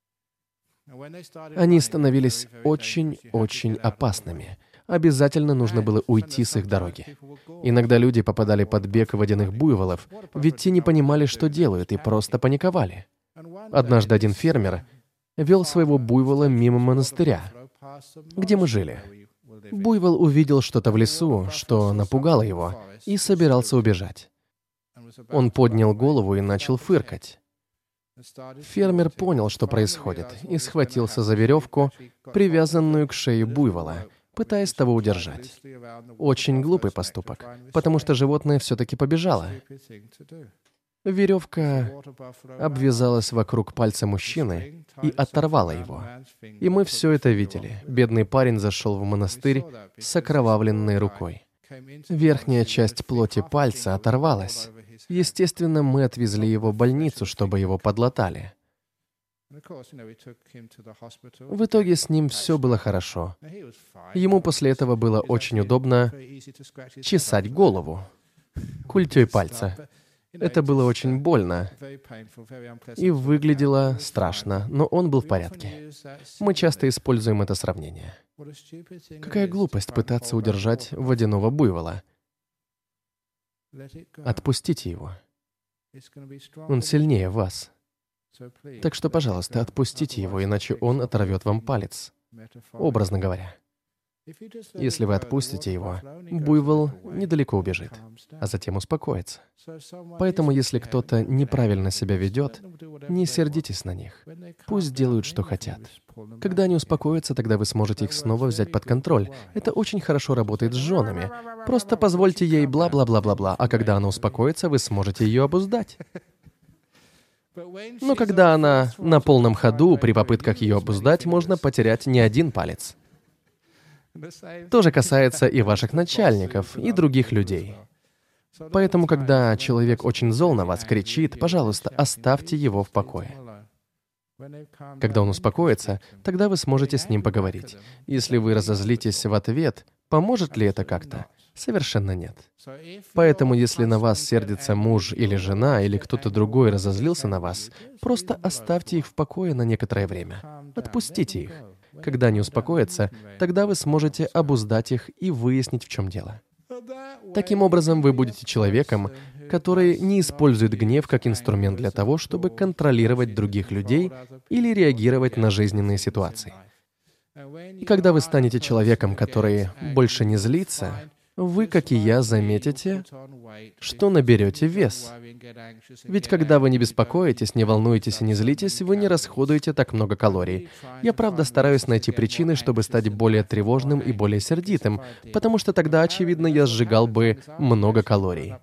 S1: они становились очень-очень опасными. Обязательно нужно было уйти с их дороги. Иногда люди попадали под бег водяных буйволов, ведь те не понимали, что делают, и просто паниковали. Однажды один фермер вел своего буйвола мимо монастыря, где мы жили. Буйвол увидел что-то в лесу, что напугало его, и собирался убежать. Он поднял голову и начал фыркать. Фермер понял, что происходит, и схватился за веревку, привязанную к шее буйвола, пытаясь того удержать. Очень глупый поступок, потому что животное все-таки побежало. Веревка обвязалась вокруг пальца мужчины и оторвала его. И мы все это видели. Бедный парень зашел в монастырь с окровавленной рукой. Верхняя часть плоти пальца оторвалась. Естественно, мы отвезли его в больницу, чтобы его подлатали. В итоге с ним все было хорошо. Ему после этого было очень удобно чесать голову культей пальца. Это было очень больно и выглядело страшно, но он был в порядке. Мы часто используем это сравнение. Какая глупость пытаться удержать водяного буйвола. Отпустите его. Он сильнее вас. Так что, пожалуйста, отпустите его, иначе он оторвет вам палец, образно говоря. Если вы отпустите его, буйвол недалеко убежит, а затем успокоится. Поэтому, если кто-то неправильно себя ведет, не сердитесь на них. Пусть делают, что хотят. Когда они успокоятся, тогда вы сможете их снова взять под контроль. Это очень хорошо работает с женами. Просто позвольте ей бла-бла-бла-бла-бла, а когда она успокоится, вы сможете ее обуздать. Но когда она на полном ходу, при попытках ее обуздать, можно потерять не один палец. То же касается и ваших начальников, и других людей. Поэтому, когда человек очень зол на вас, кричит, пожалуйста, оставьте его в покое. Когда он успокоится, тогда вы сможете с ним поговорить. Если вы разозлитесь в ответ, поможет ли это как-то? Совершенно нет. Поэтому, если на вас сердится муж или жена, или кто-то другой разозлился на вас, просто оставьте их в покое на некоторое время. Отпустите их. Когда они успокоятся, тогда вы сможете обуздать их и выяснить, в чем дело. Таким образом, вы будете человеком, который не использует гнев как инструмент для того, чтобы контролировать других людей или реагировать на жизненные ситуации. И когда вы станете человеком, который больше не злится, вы, как и я, заметите, что наберете вес. Ведь когда вы не беспокоитесь, не волнуетесь и не злитесь, вы не расходуете так много калорий. Я правда стараюсь найти причины, чтобы стать более тревожным и более сердитым, потому что тогда, очевидно, я сжигал бы много калорий.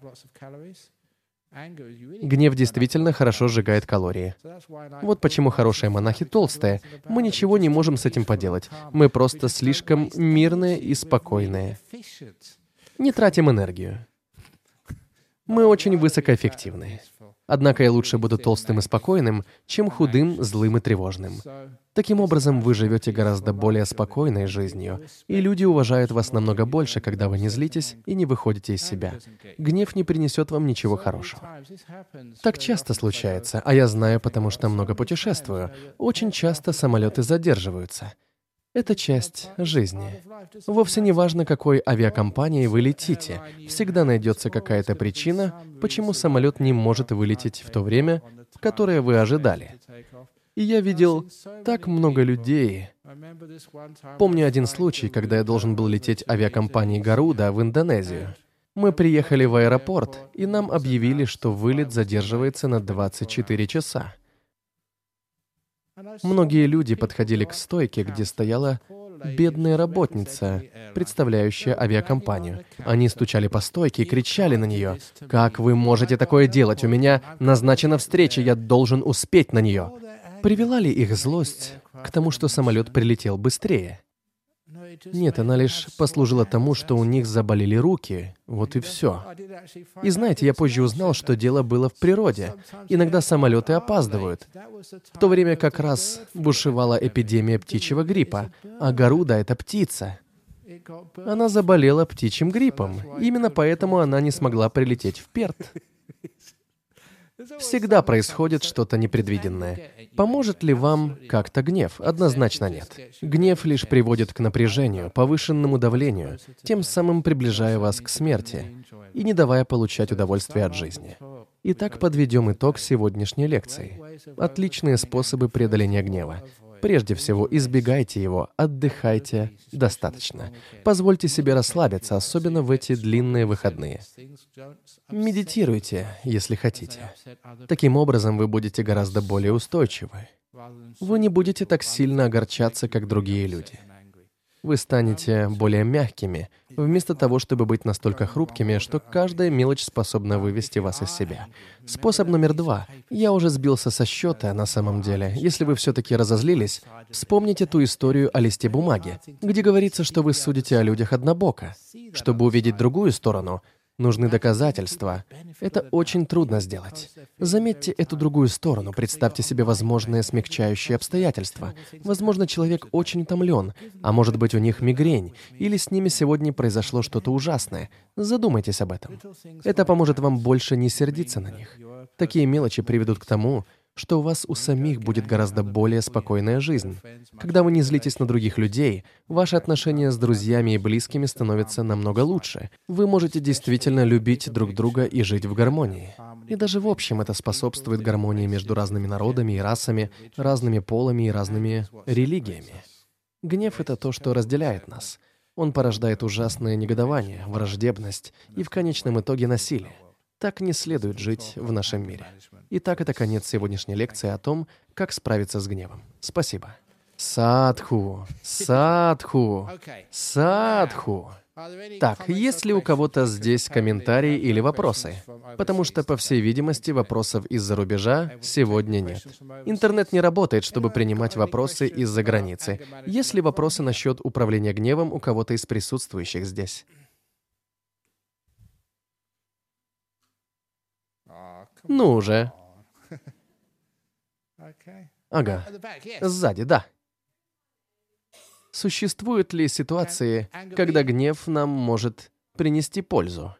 S1: Гнев действительно хорошо сжигает калории. Вот почему хорошие монахи толстые. Мы ничего не можем с этим поделать. Мы просто слишком мирные и спокойные. Не тратим энергию. Мы очень высокоэффективны. Однако я лучше буду толстым и спокойным, чем худым, злым и тревожным. Таким образом, вы живете гораздо более спокойной жизнью, и люди уважают вас намного больше, когда вы не злитесь и не выходите из себя. Гнев не принесет вам ничего хорошего. Так часто случается, а я знаю, потому что много путешествую. Очень часто самолеты задерживаются. Это часть жизни. Вовсе не важно, какой авиакомпанией вы летите. Всегда найдется какая-то причина, почему самолет не может вылететь в то время, в которое вы ожидали. И я видел так много людей. Помню один случай, когда я должен был лететь авиакомпанией Garuda в Индонезию. Мы приехали в аэропорт, и нам объявили, что вылет задерживается на двадцать четыре часа. Многие люди подходили к стойке, где стояла бедная работница, представляющая авиакомпанию. Они стучали по стойке и кричали на нее: «Как вы можете такое делать? У меня назначена встреча, я должен успеть на нее». Привела ли их злость к тому, что самолет прилетел быстрее? Нет, она лишь послужила тому, что у них заболели руки. Вот и все. И знаете, я позже узнал, что дело было в природе. Иногда самолеты опаздывают. В то время как раз бушевала эпидемия птичьего гриппа, а Garuda — это птица. Она заболела птичьим гриппом. Именно поэтому она не смогла прилететь в Перт. Всегда происходит что-то непредвиденное. Поможет ли вам как-то гнев? Однозначно нет. Гнев лишь приводит к напряжению, повышенному давлению, тем самым приближая вас к смерти и не давая получать удовольствие от жизни. Итак, подведем итог сегодняшней лекции. Отличные способы преодоления гнева. Прежде всего, избегайте его, отдыхайте достаточно. Позвольте себе расслабиться, особенно в эти длинные выходные. Медитируйте, если хотите. Таким образом, вы будете гораздо более устойчивы. Вы не будете так сильно огорчаться, как другие люди. Вы станете более мягкими, вместо того, чтобы быть настолько хрупкими, что каждая мелочь способна вывести вас из себя. Способ номер два. Я уже сбился со счета на самом деле. Если вы все-таки разозлились, вспомните ту историю о листе бумаги, где говорится, что вы судите о людях однобоко. Чтобы увидеть другую сторону, нужны доказательства. Это очень трудно сделать. Заметьте эту другую сторону, представьте себе возможные смягчающие обстоятельства. Возможно, человек очень утомлен, а может быть, у них мигрень, или с ними сегодня произошло что-то ужасное. Задумайтесь об этом. Это поможет вам больше не сердиться на них. Такие мелочи приведут к тому, что у вас у самих будет гораздо более спокойная жизнь. Когда вы не злитесь на других людей, ваши отношения с друзьями и близкими становятся намного лучше. Вы можете действительно любить друг друга и жить в гармонии. И даже в общем это способствует гармонии между разными народами и расами, разными полами и разными религиями. Гнев — это то, что разделяет нас. Он порождает ужасное негодование, враждебность и в конечном итоге насилие. Так не следует жить в нашем мире. Итак, это конец сегодняшней лекции о том, как справиться с гневом. Спасибо. Садху, садху, садху. Так, есть ли у кого-то здесь комментарии или вопросы? Потому что, по всей видимости, вопросов из-за рубежа сегодня нет. Интернет не работает, чтобы принимать вопросы из-за границы. Есть ли вопросы насчет управления гневом у кого-то из присутствующих здесь? Ну уже. Ага. Сзади, да. Существуют ли ситуации, когда гнев нам может принести пользу?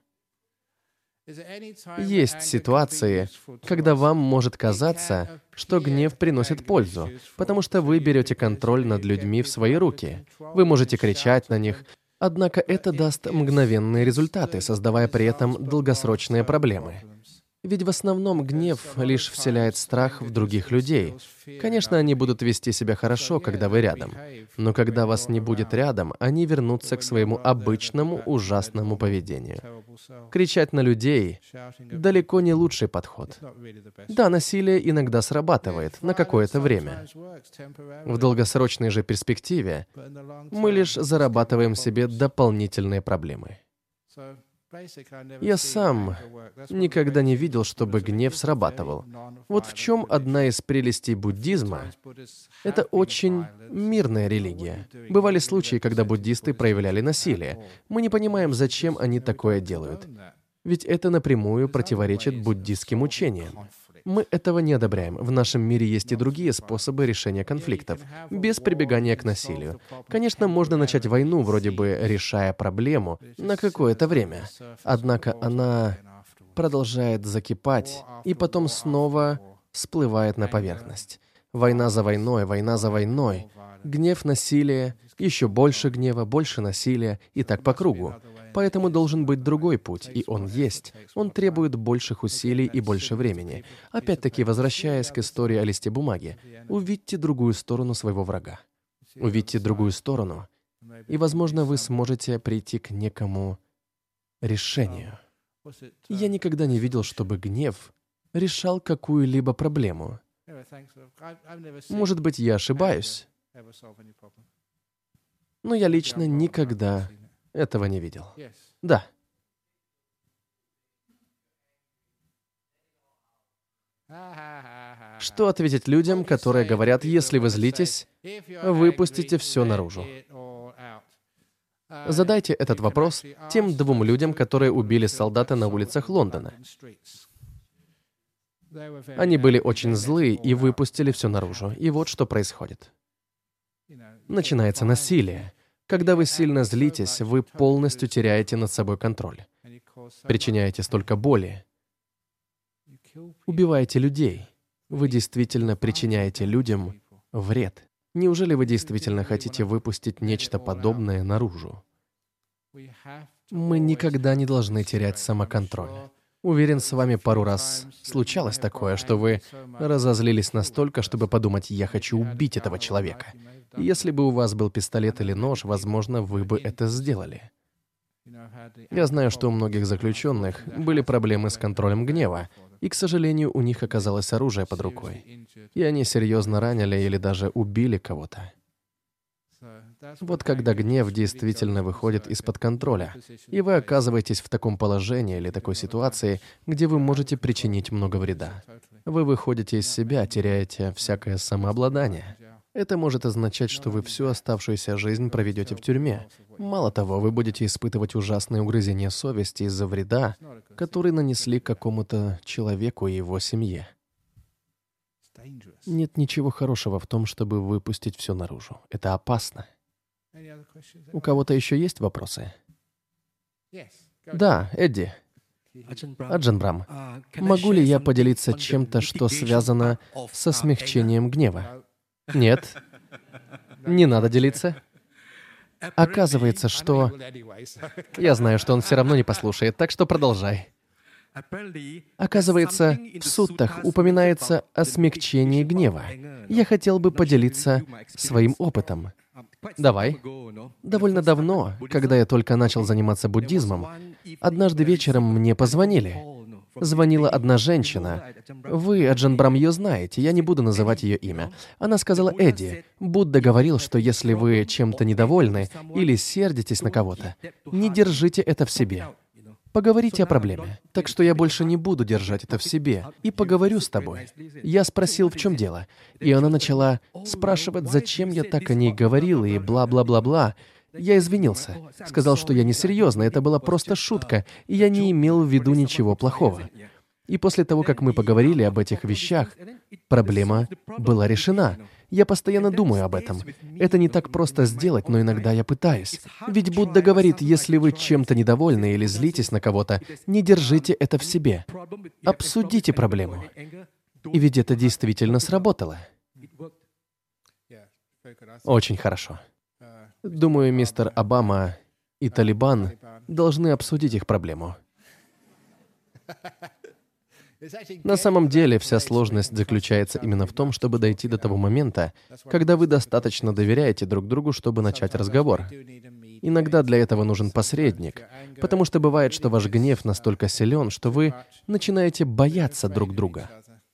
S1: Есть ситуации, когда вам может казаться, что гнев приносит пользу, потому что вы берете контроль над людьми в свои руки. Вы можете кричать на них, однако это даст мгновенные результаты, создавая при этом долгосрочные проблемы. Ведь в основном гнев лишь вселяет страх в других людей. Конечно, они будут вести себя хорошо, когда вы рядом. Но когда вас не будет рядом, они вернутся к своему обычному ужасному поведению. Кричать на людей — далеко не лучший подход. Да, насилие иногда срабатывает на какое-то время. В долгосрочной же перспективе мы лишь зарабатываем себе дополнительные проблемы. Я сам никогда не видел, чтобы гнев срабатывал. Вот в чем одна из прелестей буддизма. Это очень мирная религия. Бывали случаи, когда буддисты проявляли насилие. Мы не понимаем, зачем они такое делают. Ведь это напрямую противоречит буддистским учениям. Мы этого не одобряем. В нашем мире есть и другие способы решения конфликтов, без прибегания к насилию. Конечно, можно начать войну, вроде бы решая проблему на какое-то время. Однако она продолжает закипать и потом снова всплывает на поверхность. Война за войной, война за войной. Гнев, насилие, еще больше гнева, больше насилия и так по кругу. Поэтому должен быть другой путь, и он есть. Он требует больших усилий и больше времени. Опять-таки, возвращаясь к истории о листе бумаги, увидьте другую сторону своего врага. Увидьте другую сторону, и, возможно, вы сможете прийти к некому решению. Я никогда не видел, чтобы гнев решал какую-либо проблему. Может быть, я ошибаюсь, но я лично никогда этого не видел. Да. Что ответить людям, которые говорят, если вы злитесь, выпустите все наружу? Задайте этот вопрос тем двум людям, которые убили солдата на улицах Лондона. Они были очень злы и выпустили все наружу. И вот что происходит. Начинается насилие. Когда вы сильно злитесь, вы полностью теряете над собой контроль. Причиняете столько боли. Убиваете людей. Вы действительно причиняете людям вред. Неужели вы действительно хотите выпустить нечто подобное наружу? Мы никогда не должны терять самоконтроль. Уверен, с вами пару раз случалось такое, что вы разозлились настолько, чтобы подумать: «Я хочу убить этого человека». Если бы у вас был пистолет или нож, возможно, вы бы это сделали. Я знаю, что у многих заключенных были проблемы с контролем гнева, и, к сожалению, у них оказалось оружие под рукой, и они серьезно ранили или даже убили кого-то. Вот когда гнев действительно выходит из-под контроля, и вы оказываетесь в таком положении или такой ситуации, где вы можете причинить много вреда. Вы выходите из себя, теряете всякое самообладание. Это может означать, что вы всю оставшуюся жизнь проведете в тюрьме. Мало того, вы будете испытывать ужасные угрызения совести из-за вреда, который нанесли какому-то человеку и его семье. Нет ничего хорошего в том, чтобы выпустить все наружу. Это опасно. У кого-то еще есть вопросы? Да, Эдди. Аджан Брам, могу ли я поделиться чем-то, что связано со смягчением гнева? Нет. Не надо делиться. Оказывается, что... Я знаю, что он все равно не послушает, так что продолжай. Оказывается, в суттах упоминается о смягчении гнева. Я хотел бы поделиться своим опытом. Давай. Довольно давно, когда я только начал заниматься буддизмом, однажды вечером мне позвонили. Звонила одна женщина. Вы, Аджан Брам, ее знаете, я не буду называть ее имя. Она сказала: «Эдди, Будда говорил, что если вы чем-то недовольны или сердитесь на кого-то, не держите это в себе. Поговорите о проблеме. Так что я больше не буду держать это в себе и поговорю с тобой». Я спросил, в чем дело. И она начала спрашивать, зачем я так о ней говорил и бла-бла-бла-бла. Я извинился. Сказал, что я не серьезно, это была просто шутка, и я не имел в виду ничего плохого. И после того, как мы поговорили об этих вещах, проблема была решена. Я постоянно думаю об этом. Это не так просто сделать, но иногда я пытаюсь. Ведь Будда говорит, если вы чем-то недовольны или злитесь на кого-то, не держите это в себе. Обсудите проблему. И ведь это действительно сработало. Очень хорошо. Думаю, мистер Обама и Талибан должны обсудить их проблему. На самом деле, вся сложность заключается именно в том, чтобы дойти до того момента, когда вы достаточно доверяете друг другу, чтобы начать разговор. Иногда для этого нужен посредник, потому что бывает, что ваш гнев настолько силен, что вы начинаете бояться друг друга.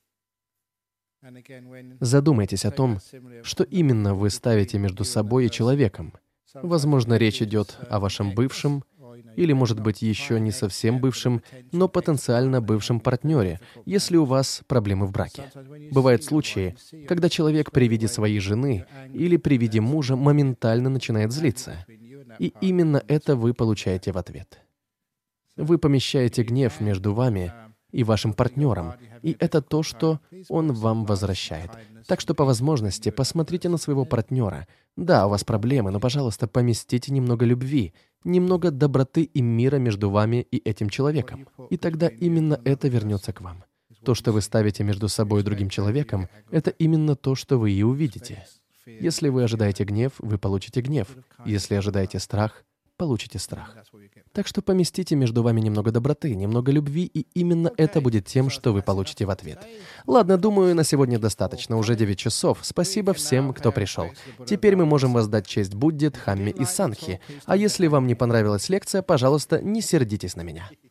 S1: Задумайтесь о том, что именно вы ставите между собой и человеком. Возможно, речь идет о вашем бывшем, или, может быть, еще не совсем бывшем, но потенциально бывшем партнере, если у вас проблемы в браке. Бывают случаи, когда человек при виде своей жены или при виде мужа моментально начинает злиться. И именно это вы получаете в ответ. Вы помещаете гнев между вами и вашим партнером, и это то, что он вам возвращает. Так что по возможности посмотрите на своего партнера. Да, у вас проблемы, но, пожалуйста, поместите немного любви, немного доброты и мира между вами и этим человеком. И тогда именно это вернется к вам. То, что вы ставите между собой и другим человеком, это именно то, что вы и увидите. Если вы ожидаете гнев, вы получите гнев. Если ожидаете страх, получите страх. Так что поместите между вами немного доброты, немного любви, и именно это будет тем, что вы получите в ответ. Ладно, думаю, на сегодня достаточно. Уже девять часов. Спасибо всем, кто пришел. Теперь мы можем воздать честь Будде, Дхамме и Сангхи. А если вам не понравилась лекция, пожалуйста, не сердитесь на меня.